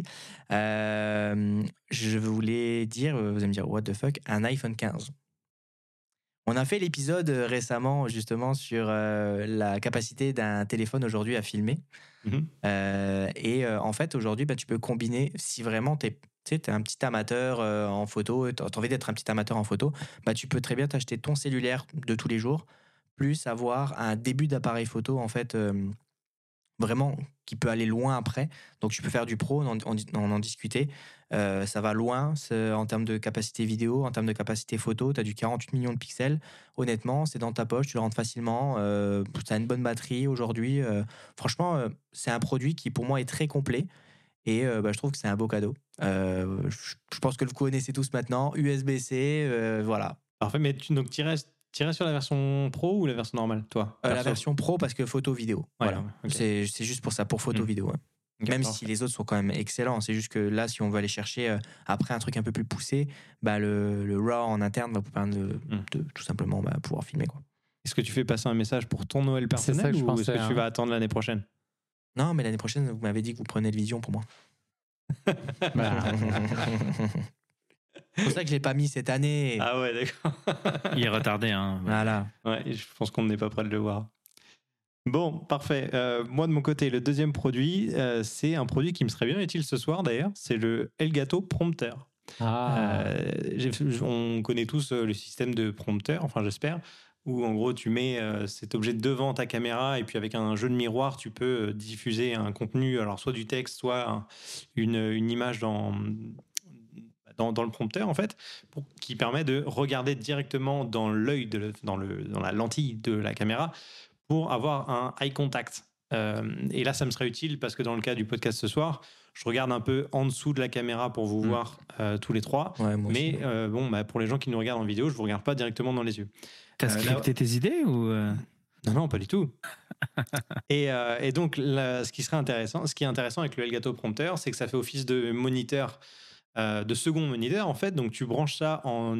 A: Je voulais dire, vous allez me dire, what the fuck, un iPhone 15. On a fait l'épisode récemment justement sur la capacité d'un téléphone aujourd'hui à filmer. Et en fait, aujourd'hui, bah, tu peux combiner, si vraiment tu es un petit amateur en photo, tu as envie d'être un petit amateur en photo, bah, tu peux très bien t'acheter ton cellulaire de tous les jours, plus avoir un début d'appareil photo en fait vraiment qui peut aller loin après. Donc tu peux faire du pro, on en discutait. Ça va loin en termes de capacité vidéo, en termes de capacité photo. Tu as du 48 millions de pixels. Honnêtement, c'est dans ta poche, tu le rentres facilement. Tu as une bonne batterie aujourd'hui. Franchement, c'est un produit qui pour moi est très complet. Et bah, je trouve que c'est un beau cadeau. Je pense que vous connaissez tous maintenant. USB-C, voilà.
B: Parfait, mais donc tu restes sur la version pro ou la version normale, toi?
A: La version pro parce que photo-vidéo.
B: Ouais,
A: voilà.
B: okay.
A: C'est juste pour ça, pour photo-vidéo. Ouais. Okay, même si les autres sont quand même excellents. C'est juste que là, si on veut aller chercher après un truc un peu plus poussé, bah, le RAW en interne va vous permettre de tout simplement pouvoir filmer. Quoi.
B: Est-ce que tu fais passer un message pour ton Noël personnel ou est-ce que tu vas attendre l'année prochaine?
A: Non, mais l'année prochaine, vous m'avez dit que vous prenez le Vision pour moi. C'est pour ça que je l'ai pas mis cette année.
B: Ah ouais, d'accord.
C: Il est retardé. Hein.
A: Voilà.
B: Ouais, je pense qu'on n'est pas prêt de le voir. Bon, parfait. Moi, de mon côté, le deuxième produit, c'est un produit qui me serait bien utile ce soir, d'ailleurs. C'est le Elgato Prompteur. On connaît tous le système de prompteur, enfin j'espère, où en gros tu mets cet objet devant ta caméra et puis avec un jeu de miroir, tu peux diffuser un contenu, alors soit du texte, soit une image dans le prompteur en fait, qui permet de regarder directement dans l'œil, dans la lentille de la caméra pour avoir un eye contact. Et là, ça me serait utile parce que dans le cas du podcast ce soir, je regarde un peu en dessous de la caméra pour vous voir tous les trois. Ouais, mais pour les gens qui nous regardent en vidéo, je ne vous regarde pas directement dans les yeux.
C: T'as scripté tes idées ou
B: Non, pas du tout. Et donc, ce qui est intéressant avec le Elgato Prompteur, c'est que ça fait office de moniteur, de second moniteur en fait. Donc, tu branches ça en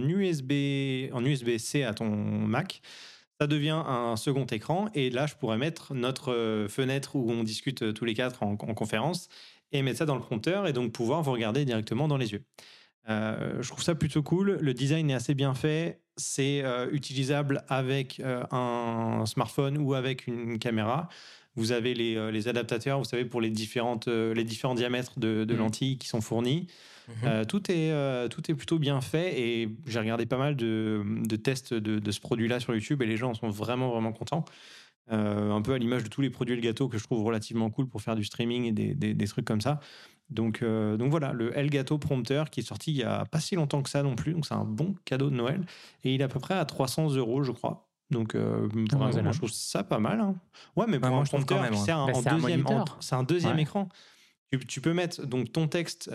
B: USB-C à ton Mac. Ça devient un second écran et là, je pourrais mettre notre fenêtre où on discute tous les quatre en conférence et mettre ça dans le prompteur et donc pouvoir vous regarder directement dans les yeux. Je trouve ça plutôt cool. Le design est assez bien fait. C'est utilisable avec un smartphone ou avec une caméra. Vous avez les adaptateurs, vous savez, pour les différents diamètres de lentilles qui sont fournis. Tout est plutôt bien fait et j'ai regardé pas mal de tests de ce produit-là sur YouTube et les gens en sont vraiment, vraiment contents. Un peu à l'image de tous les produits Elgato que je trouve relativement cool pour faire du streaming et des trucs comme ça. Donc voilà, le Elgato Prompteur qui est sorti il n'y a pas si longtemps que ça non plus. Donc c'est un bon cadeau de Noël. Et il est à peu près à 300 €, je crois. Donc vraiment, moi, je trouve ça pas mal. Hein. Ouais, mais pour un prompteur, c'est un deuxième écran. Tu peux mettre donc ton texte,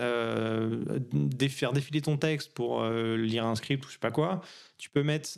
B: faire défiler ton texte pour lire un script ou je sais pas quoi. Tu peux mettre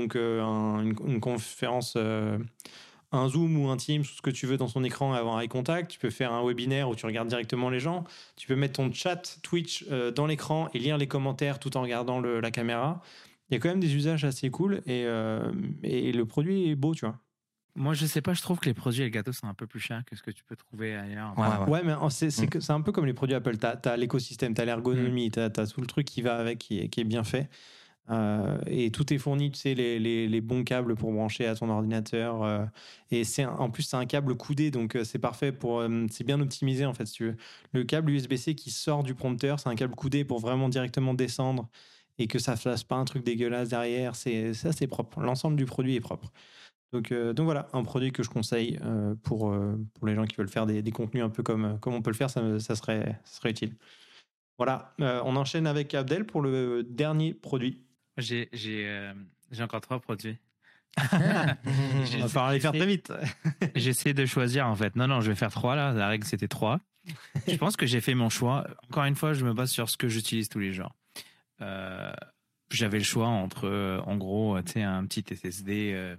B: une conférence, un Zoom ou un Teams, tout ce que tu veux dans son écran et avoir un eye contact. Tu peux faire un webinaire où tu regardes directement les gens. Tu peux mettre ton chat Twitch dans l'écran et lire les commentaires tout en regardant la caméra. Il y a quand même des usages assez cool et le produit est beau, tu vois.
C: Moi, je sais pas, je trouve que les produits Elgato sont un peu plus chers que ce que tu peux trouver ailleurs.
A: Ouais.
B: Ouais, mais c'est un peu comme les produits Apple. T'as l'écosystème, t'as l'ergonomie, t'as tout le truc qui va avec, qui est bien fait. Et tout est fourni, tu sais, les bons câbles pour brancher à ton ordinateur. Et en plus, c'est un câble coudé, donc c'est parfait c'est bien optimisé en fait, si tu veux. Le câble USB-C qui sort du prompteur, c'est un câble coudé pour vraiment directement descendre et que ça fasse pas un truc dégueulasse derrière. C'est propre. L'ensemble du produit est propre. Donc voilà, un produit que je conseille pour les gens qui veulent faire des contenus un peu comme on peut le faire, ça serait utile. Voilà, on enchaîne avec Abdel pour le dernier produit.
C: J'ai encore 3 produits.
B: On va falloir les faire très vite.
C: J'essaie de choisir en fait. Non, je vais faire 3 là. La règle c'était 3. Je pense que j'ai fait mon choix. Encore une fois, je me base sur ce que j'utilise tous les jours. J'avais le choix entre, en gros, tu sais, un petit SSD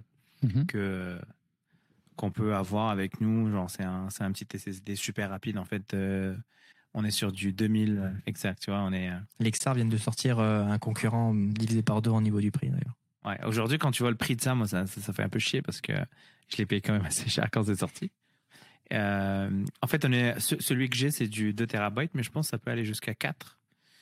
C: qu'on peut avoir avec nous. Genre, c'est un petit SSD super rapide en fait. On est sur du 2000 exact, tu vois.
A: Lexar viennent de sortir un concurrent divisé par 2 au niveau du prix d'ailleurs.
C: Ouais, aujourd'hui, quand tu vois le prix de ça, moi, ça fait un peu chier parce que je l'ai payé quand même assez cher quand c'est sorti. En fait, celui que j'ai, c'est du 2 TB, mais je pense que ça peut aller jusqu'à 4.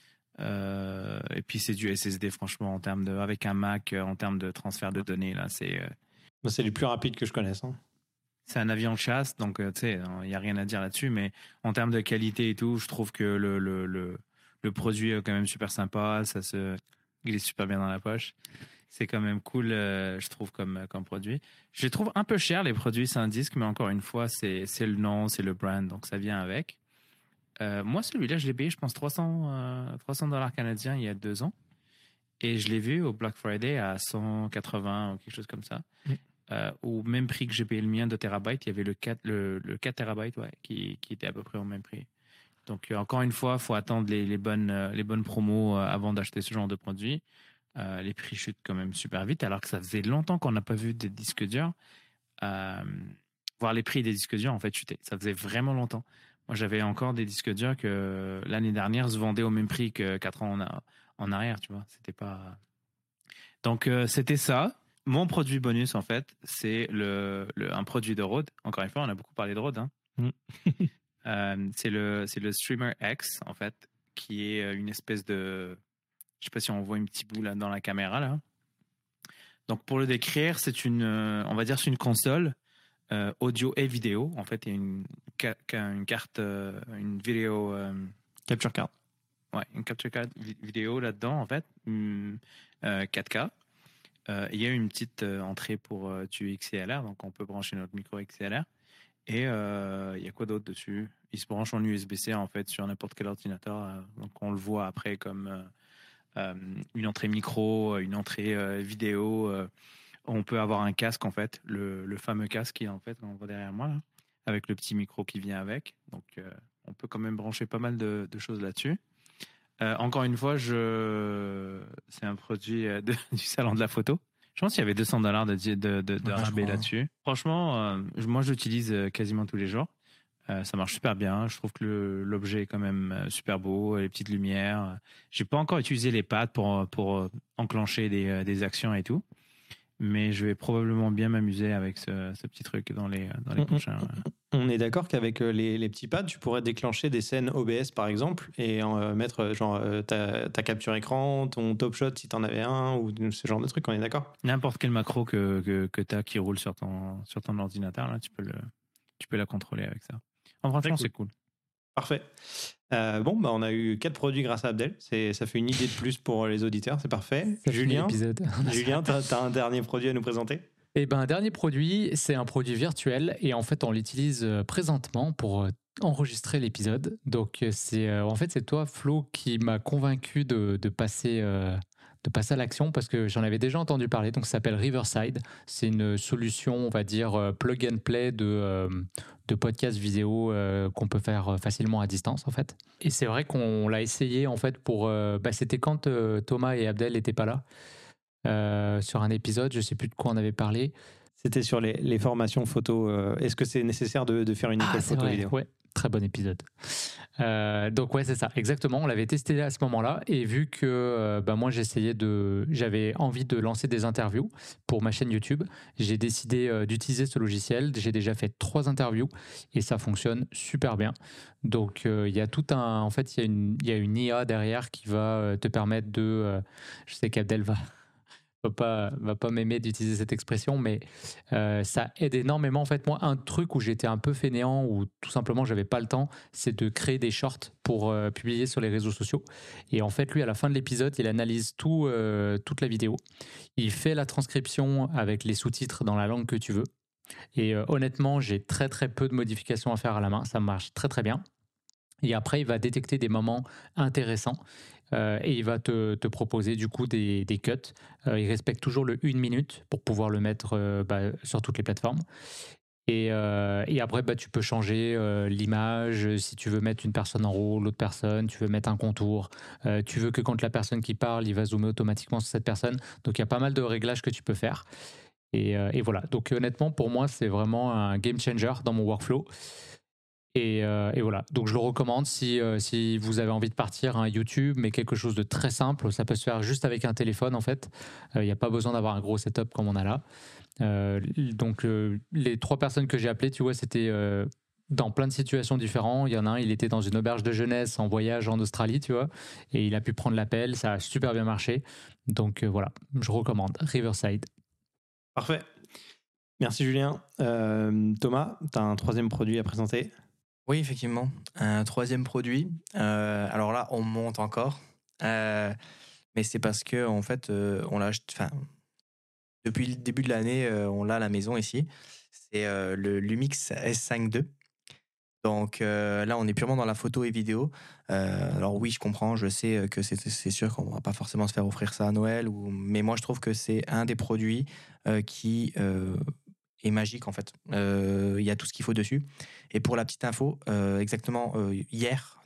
C: Et puis, c'est du SSD, franchement, avec un Mac, en termes de transfert de données, là, c'est
B: les plus rapides que je connaisse. Hein.
C: C'est un avion de chasse, donc, tu sais, il n'y a rien à dire là-dessus, mais en termes de qualité et tout, je trouve que le produit est quand même super sympa, il est super bien dans la poche. C'est quand même cool, je trouve, comme produit. Je les trouve un peu cher, les produits SanDisk, mais encore une fois, c'est le nom, c'est le brand, donc ça vient avec. Moi, celui-là, je l'ai payé, je pense, $300 canadiens il y a 2 ans. Et je l'ai vu au Black Friday à 180 ou quelque chose comme ça. Au même prix que j'ai payé le mien de terabyte, il y avait le 4 terabytes qui était à peu près au même prix. Donc, encore une fois, il faut attendre les bonnes promos avant d'acheter ce genre de produit. Les prix chutent quand même super vite, alors que ça faisait longtemps qu'on n'a pas vu des disques durs. Voir les prix des disques durs, en fait, chuter. Ça faisait vraiment longtemps. Moi, j'avais encore des disques durs que l'année dernière se vendaient au même prix que 4 ans en arrière, tu vois. C'était pas... Donc, c'était ça. Mon produit bonus, en fait, c'est un produit de Rode. Encore une fois, on a beaucoup parlé de Rode. Hein. C'est le Streamer X, en fait, qui est une espèce de... Je sais pas si on voit un petit bout là dans la caméra là. Donc pour le décrire, c'est on va dire c'est une console audio et vidéo. En fait, il y a une carte, une vidéo
B: capture card.
C: Ouais, une capture card vidéo là-dedans en fait, 4K. Il y a une petite entrée pour du XLR, donc on peut brancher notre micro XLR. Et il y a quoi d'autre dessus? Il se branche en USB-C en fait sur n'importe quel ordinateur. Donc on le voit après comme une entrée micro, une entrée vidéo. On peut avoir un casque en fait, le fameux casque qui est en fait on voit derrière moi là, avec le petit micro qui vient avec. Donc on peut quand même brancher pas mal de choses là-dessus. Encore une fois, c'est un produit du salon de la photo. Je pense qu'il y avait $200 de rabais là-dessus. Franchement, moi j'utilise quasiment tous les jours. Ça marche super bien. Je trouve que l'objet est quand même super beau, les petites lumières. J'ai pas encore utilisé les pads pour enclencher des actions et tout, mais je vais probablement bien m'amuser avec ce petit truc dans les prochains.
B: On est d'accord qu'avec les petits pads, tu pourrais déclencher des scènes OBS par exemple et mettre genre ta capture écran, ton top shot si tu en avais un ou ce genre de truc. On est d'accord?
C: N'importe quel macro que tu as qui roule sur ton ordinateur, là, tu peux la contrôler avec ça. Franchement, c'est cool.
B: Parfait. On a eu 4 produits grâce à Abdel. Ça fait une idée de plus pour les auditeurs. C'est parfait. Julien, tu as un dernier produit à nous présenter?
D: Un dernier produit, c'est un produit virtuel et en fait, on l'utilise présentement pour enregistrer l'épisode. Donc, c'est toi, Flo, qui m'a convaincu de passer à l'action parce que j'en avais déjà entendu parler. Donc, ça s'appelle Riverside. C'est une solution, on va dire, plug and play de podcasts vidéo qu'on peut faire facilement à distance, en fait. Et c'est vrai qu'on l'a essayé, en fait, c'était quand Thomas et Abdel n'étaient pas là. Sur un épisode, je ne sais plus de quoi on avait parlé.
B: C'était sur les formations photo. Est-ce que c'est nécessaire de faire une école
D: c'est
B: photo
D: vrai.
B: vidéo?
D: Ouais, très bon épisode. Donc ouais, c'est ça, exactement. On l'avait testé à ce moment-là et vu que moi j'avais envie de lancer des interviews pour ma chaîne YouTube, j'ai décidé d'utiliser ce logiciel. J'ai déjà fait 3 interviews et ça fonctionne super bien. Donc il y a en fait il y a une IA derrière qui va te permettre je sais qu'Abdel va pas m'aimer d'utiliser cette expression, mais ça aide énormément. En fait, moi, un truc où j'étais un peu fainéant ou tout simplement j'avais pas le temps, c'est de créer des shorts pour publier sur les réseaux sociaux. Et en fait, lui, à la fin de l'épisode, il analyse toute la vidéo. Il fait la transcription avec les sous-titres dans la langue que tu veux. Et honnêtement, j'ai très très peu de modifications à faire à la main. Ça marche très très bien. Et après, il va détecter des moments intéressants et il va te proposer du coup des cuts. Il respecte toujours le 1 minute pour pouvoir le mettre sur toutes les plateformes. Et après, tu peux changer l'image. Si tu veux mettre une personne en haut, l'autre personne, tu veux mettre un contour. Tu veux que quand la personne qui parle, il va zoomer automatiquement sur cette personne. Donc, il y a pas mal de réglages que tu peux faire. Et voilà. Donc, honnêtement, pour moi, c'est vraiment un game changer dans mon workflow. Et voilà, donc je le recommande si vous avez envie de partir un YouTube, mais quelque chose de très simple, ça peut se faire juste avec un téléphone en fait. Il n'y a pas besoin d'avoir un gros setup comme on a là. Donc les 3 personnes que j'ai appelées, tu vois, c'était dans plein de situations différentes. Il y en a un, il était dans une auberge de jeunesse en voyage en Australie, tu vois, et il a pu prendre l'appel, ça a super bien marché. Donc voilà, je recommande Riverside.
B: Parfait. Merci Julien. Thomas, tu as un 3e produit à présenter?
A: Oui, effectivement. Un 3e produit. Alors là, on monte encore. Mais c'est parce que, en fait, on l'a acheté. Enfin, depuis le début de l'année, on l'a à la maison ici. C'est le Lumix S5 II. Donc là, on est purement dans la photo et vidéo. Alors oui, je comprends, je sais que c'est sûr qu'on va pas forcément se faire offrir ça à Noël, mais moi je trouve que c'est un des produits qui est magique en fait. Il y a tout ce qu'il faut dessus. Et pour la petite info, exactement hier,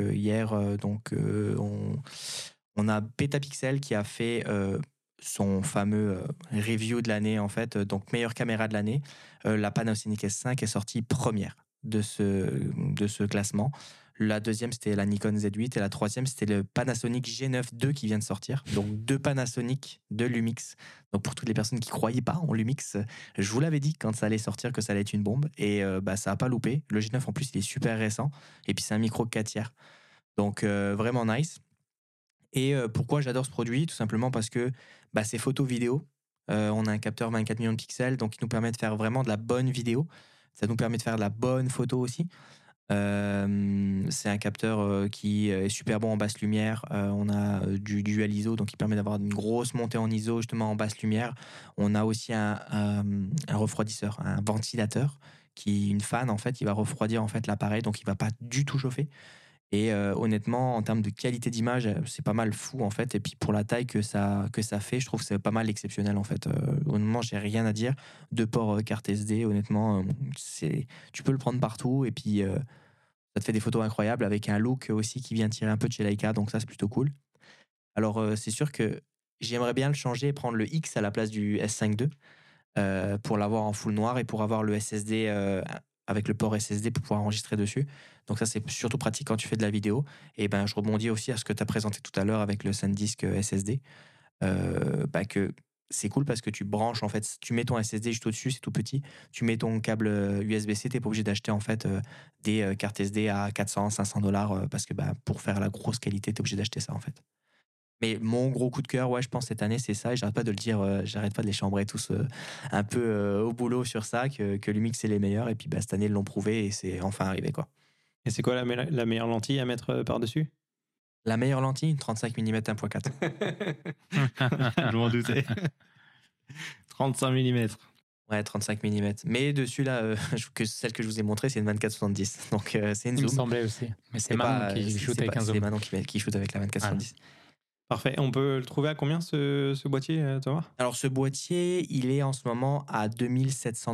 A: on a Petapixel qui a fait son fameux review de l'année en fait, donc meilleure caméra de l'année. La Panasonic S5 est sortie première de ce classement. La 2e, c'était la Nikon Z8 et la 3e, c'était le Panasonic G9 II qui vient de sortir. Donc 2 Panasonic, 2 Lumix. Donc pour toutes les personnes qui croyaient pas en Lumix, je vous l'avais dit quand ça allait sortir que ça allait être une bombe et ça a pas loupé. Le G9 en plus, il est super récent et puis c'est un micro 4 tiers. Donc vraiment nice. Et pourquoi j'adore ce produit? Tout simplement parce que c'est photo vidéo. On a un capteur 24 millions de pixels, donc il nous permet de faire vraiment de la bonne vidéo. Ça nous permet de faire de la bonne photo aussi. C'est un capteur qui est super bon en basse lumière. On a du dual ISO, donc qui permet d'avoir une grosse montée en ISO justement en basse lumière. On a aussi un refroidisseur, un ventilateur une fan en fait, il va refroidir en fait l'appareil, donc il va pas du tout chauffer. Et honnêtement, en termes de qualité d'image, c'est pas mal fou en fait. Et puis pour la taille que ça fait, je trouve que c'est pas mal exceptionnel en fait. Honnêtement, j'ai rien à dire. 2 ports carte SD, honnêtement, tu peux le prendre partout. Et puis ça te fait des photos incroyables avec un look aussi qui vient tirer un peu de chez Leica. Donc ça, c'est plutôt cool. Alors c'est sûr que j'aimerais bien le changer et prendre le X à la place du S5 II pour l'avoir en full noir et pour avoir le SSD avec le port SSD pour pouvoir enregistrer dessus. Donc ça, c'est surtout pratique quand tu fais de la vidéo. Et je rebondis aussi à ce que tu as présenté tout à l'heure avec le SanDisk SSD. Que c'est cool parce que tu branches, en fait, tu mets ton SSD juste au-dessus, c'est tout petit. Tu mets ton câble USB-C, tu n'es pas obligé d'acheter en fait des cartes SD à 400, 500 $ parce que pour faire la grosse qualité, tu es obligé d'acheter ça en fait. Mais mon gros coup de cœur, ouais, je pense cette année, c'est ça. Et j'arrête pas de le dire, j'arrête pas de les chambrer tous un peu au boulot sur ça, que Lumix c'est les meilleurs. Et puis cette année, ils l'ont prouvé et c'est enfin arrivé quoi.
B: Et c'est quoi la meilleure lentille à mettre par-dessus?
A: La meilleure lentille, une 35 mm 1.4.
B: Je m'en doutais. 35 mm.
A: Ouais, 35 mm. Mais dessus, là, celle que je vous ai montrée, c'est une 24-70. Donc, c'est une
D: Il me
A: zoom.
D: semblait aussi. Mais c'est Manon qui shoot avec un zoom.
A: C'est Manon qui shoot avec la 24-70.
B: Parfait. On peut le trouver à combien ce boîtier, Thomas?
A: Alors, ce boîtier, il est en ce moment à 2700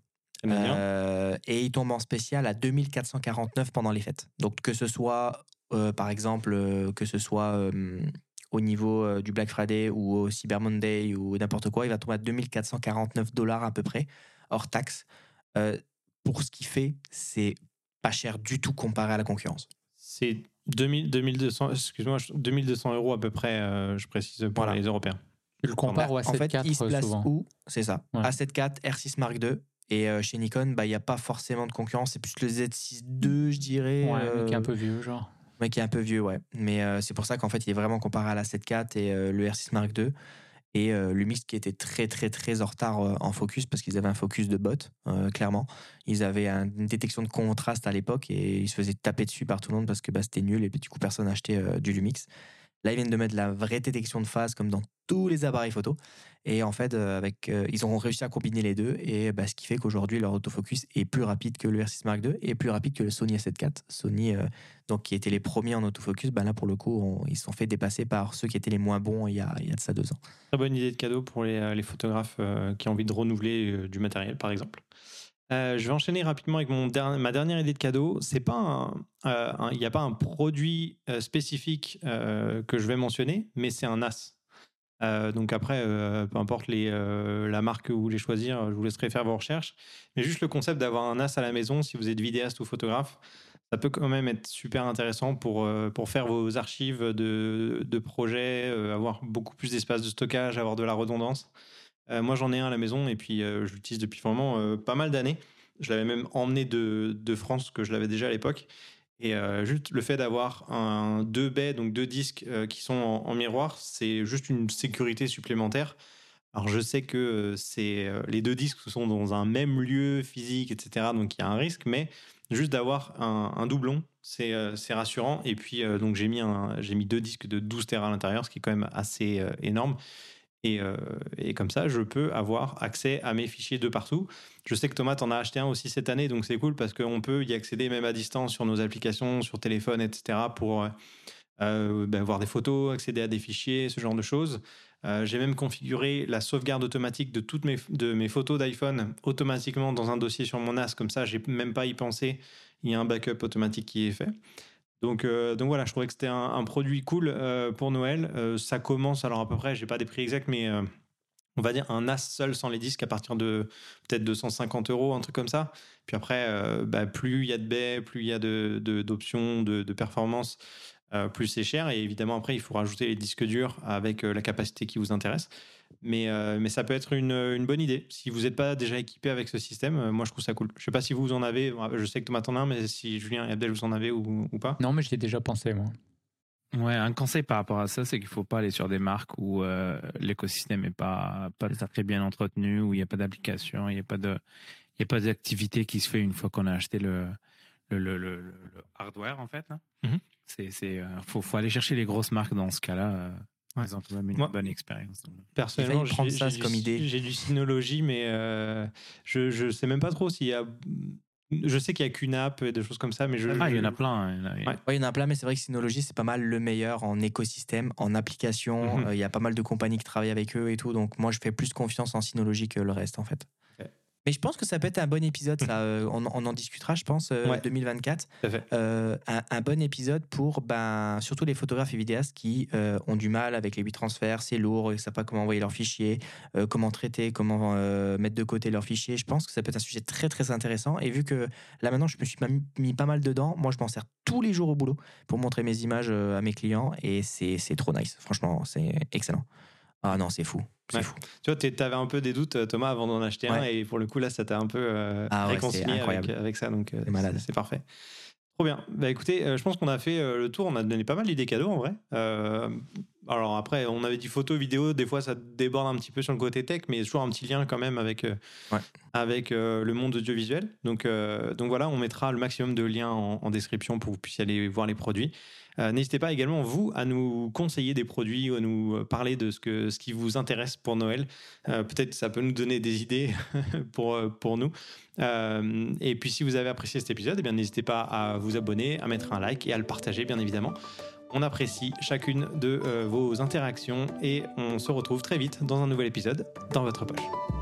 A: $. Et il tombe en spécial à 2449 pendant les fêtes. Donc, que ce soit, par exemple, au niveau du Black Friday ou au Cyber Monday ou n'importe quoi, il va tomber à $2 449 à peu près, hors taxe. Pour ce qu'il fait, c'est pas cher du tout comparé à la concurrence.
B: C'est 2200, excuse-moi, 2200 € à peu près, je précise pour les Européens.
D: Tu le compares au A7
A: En fait,
D: IV
A: il se place
D: souvent.
A: où? C'est ça.
D: Ouais.
A: A7 IV, R6 Mark II. Et chez Nikon, il n'y a pas forcément de concurrence. C'est plus le Z6 II, je dirais.
D: Ouais, mais qui est un peu vieux, genre.
A: Mais qui est un peu vieux, ouais. Mais c'est pour ça qu'en fait, il est vraiment comparé à l'A7 IV et le R6 Mark II. Et Lumix qui était très, très, très en retard en focus parce qu'ils avaient un focus de bot, clairement. Ils avaient une détection de contraste à l'époque et ils se faisaient taper dessus par tout le monde parce que c'était nul et du coup, personne n'achetait du Lumix. Là, ils viennent de mettre la vraie détection de phase comme dans tous les appareils photo. Et en fait, ils ont réussi à combiner les deux. Et ce qui fait qu'aujourd'hui, leur autofocus est plus rapide que le R6 Mark II et plus rapide que le Sony A7 IV. Sony, donc, qui étaient les premiers en autofocus, là, pour le coup, ils se sont fait dépasser par ceux qui étaient les moins bons il y a de ça 2 ans.
B: Très bonne idée de cadeau pour les photographes qui ont envie de renouveler du matériel, par exemple. Je vais enchaîner rapidement avec ma dernière idée de cadeau. Il n'y a pas un produit spécifique que je vais mentionner, mais c'est un NAS. Donc après, peu importe la marque que vous voulez choisir, je vous laisserai faire vos recherches. Mais juste le concept d'avoir un NAS à la maison, si vous êtes vidéaste ou photographe, ça peut quand même être super intéressant pour faire vos archives de projets, avoir beaucoup plus d'espace de stockage, avoir de la redondance. Moi, j'en ai un à la maison et puis je l'utilise depuis vraiment pas mal d'années. Je l'avais même emmené de France, que je l'avais déjà à l'époque. Et juste le fait d'avoir 2 baies, donc 2 disques qui sont en miroir, c'est juste une sécurité supplémentaire. Alors, je sais que les 2 disques sont dans un même lieu physique, etc. Donc, il y a un risque, mais juste d'avoir un doublon, c'est rassurant. Et puis, donc, j'ai mis 2 disques de 12 Tera à l'intérieur, ce qui est quand même assez énorme. Et comme ça, je peux avoir accès à mes fichiers de partout. Je sais que Thomas t'en a acheté un aussi cette année, donc c'est cool parce qu'on peut y accéder même à distance sur nos applications, sur téléphone, etc. pour voir des photos, accéder à des fichiers, ce genre de choses. J'ai même configuré la sauvegarde automatique de toutes mes photos d'iPhone automatiquement dans un dossier sur mon NAS. Comme ça, j'ai même pas y pensé. Il y a un backup automatique qui est fait. Donc voilà, je trouvais que c'était un produit cool pour Noël. Ça commence, alors à peu près, j'ai pas des prix exacts, mais on va dire un NAS seul sans les disques à partir de peut-être 250 €, un truc comme ça. Puis après, plus il y a de baies, plus il y a d'options, de performance, plus c'est cher. Et évidemment, après, il faut rajouter les disques durs avec la capacité qui vous intéresse. Mais ça peut être une bonne idée. Si vous n'êtes pas déjà équipé avec ce système, moi, je trouve ça cool. Je ne sais pas si vous en avez. Je sais que Thomas en a un, mais si Julien et Abdel, vous en avez ou pas.
D: Non, mais j'y ai déjà pensé, moi.
C: Ouais, un conseil par rapport à ça, c'est qu'il ne faut pas aller sur des marques où l'écosystème n'est pas très bien entretenu, où il n'y a pas d'application, il n'y a pas d'activité qui se fait une fois qu'on a acheté le hardware, en fait. Faut aller chercher les grosses marques dans ce cas-là. Ils ont quand même une bonne expérience.
A: Personnellement,
B: j'ai du Synology, mais je ne sais même pas trop s'il y a... Je sais qu'il y a qu'une app et des choses comme ça, mais
C: il y en a plein.
A: Il y en a plein, mais c'est vrai que Synology, c'est pas mal le meilleur en écosystème, en application. Il y a pas mal de compagnies qui travaillent avec eux et tout. Donc moi, je fais plus confiance en Synology que le reste, en fait. Okay. Mais je pense que ça peut être un bon épisode, ça. On en discutera, je pense, 2024. Un bon épisode pour surtout les photographes et vidéastes qui ont du mal avec les 8 transferts, c'est lourd, ils ne savent pas comment envoyer leurs fichiers, comment traiter, comment mettre de côté leurs fichiers. Je pense que ça peut être un sujet très, très intéressant. Et vu que là, maintenant, je me suis mis pas mal dedans, moi, je m'en sers tous les jours au boulot pour montrer mes images à mes clients. Et c'est trop nice. Franchement, c'est excellent. Ah non, c'est fou. C'est fou.
B: Tu vois, tu avais un peu des doutes, Thomas, avant d'en acheter un, et pour le coup, là, ça t'a un peu réconcilié avec ça. Donc, c'est parfait. Trop bien. Écoutez, je pense qu'on a fait le tour. On a donné pas mal d'idées cadeaux, en vrai. Alors après, on avait dit photo, vidéo. Des fois, ça déborde un petit peu sur le côté tech, mais il y a toujours un petit lien quand même avec le monde audiovisuel. Donc voilà, on mettra le maximum de liens en description pour que vous puissiez aller voir les produits. N'hésitez pas également, vous, à nous conseiller des produits ou à nous parler de ce qui vous intéresse pour Noël. Peut-être ça peut nous donner des idées pour nous. Et puis, si vous avez apprécié cet épisode, eh bien, n'hésitez pas à vous abonner, à mettre un like et à le partager, bien évidemment. On apprécie chacune de vos interactions et on se retrouve très vite dans un nouvel épisode dans votre poche.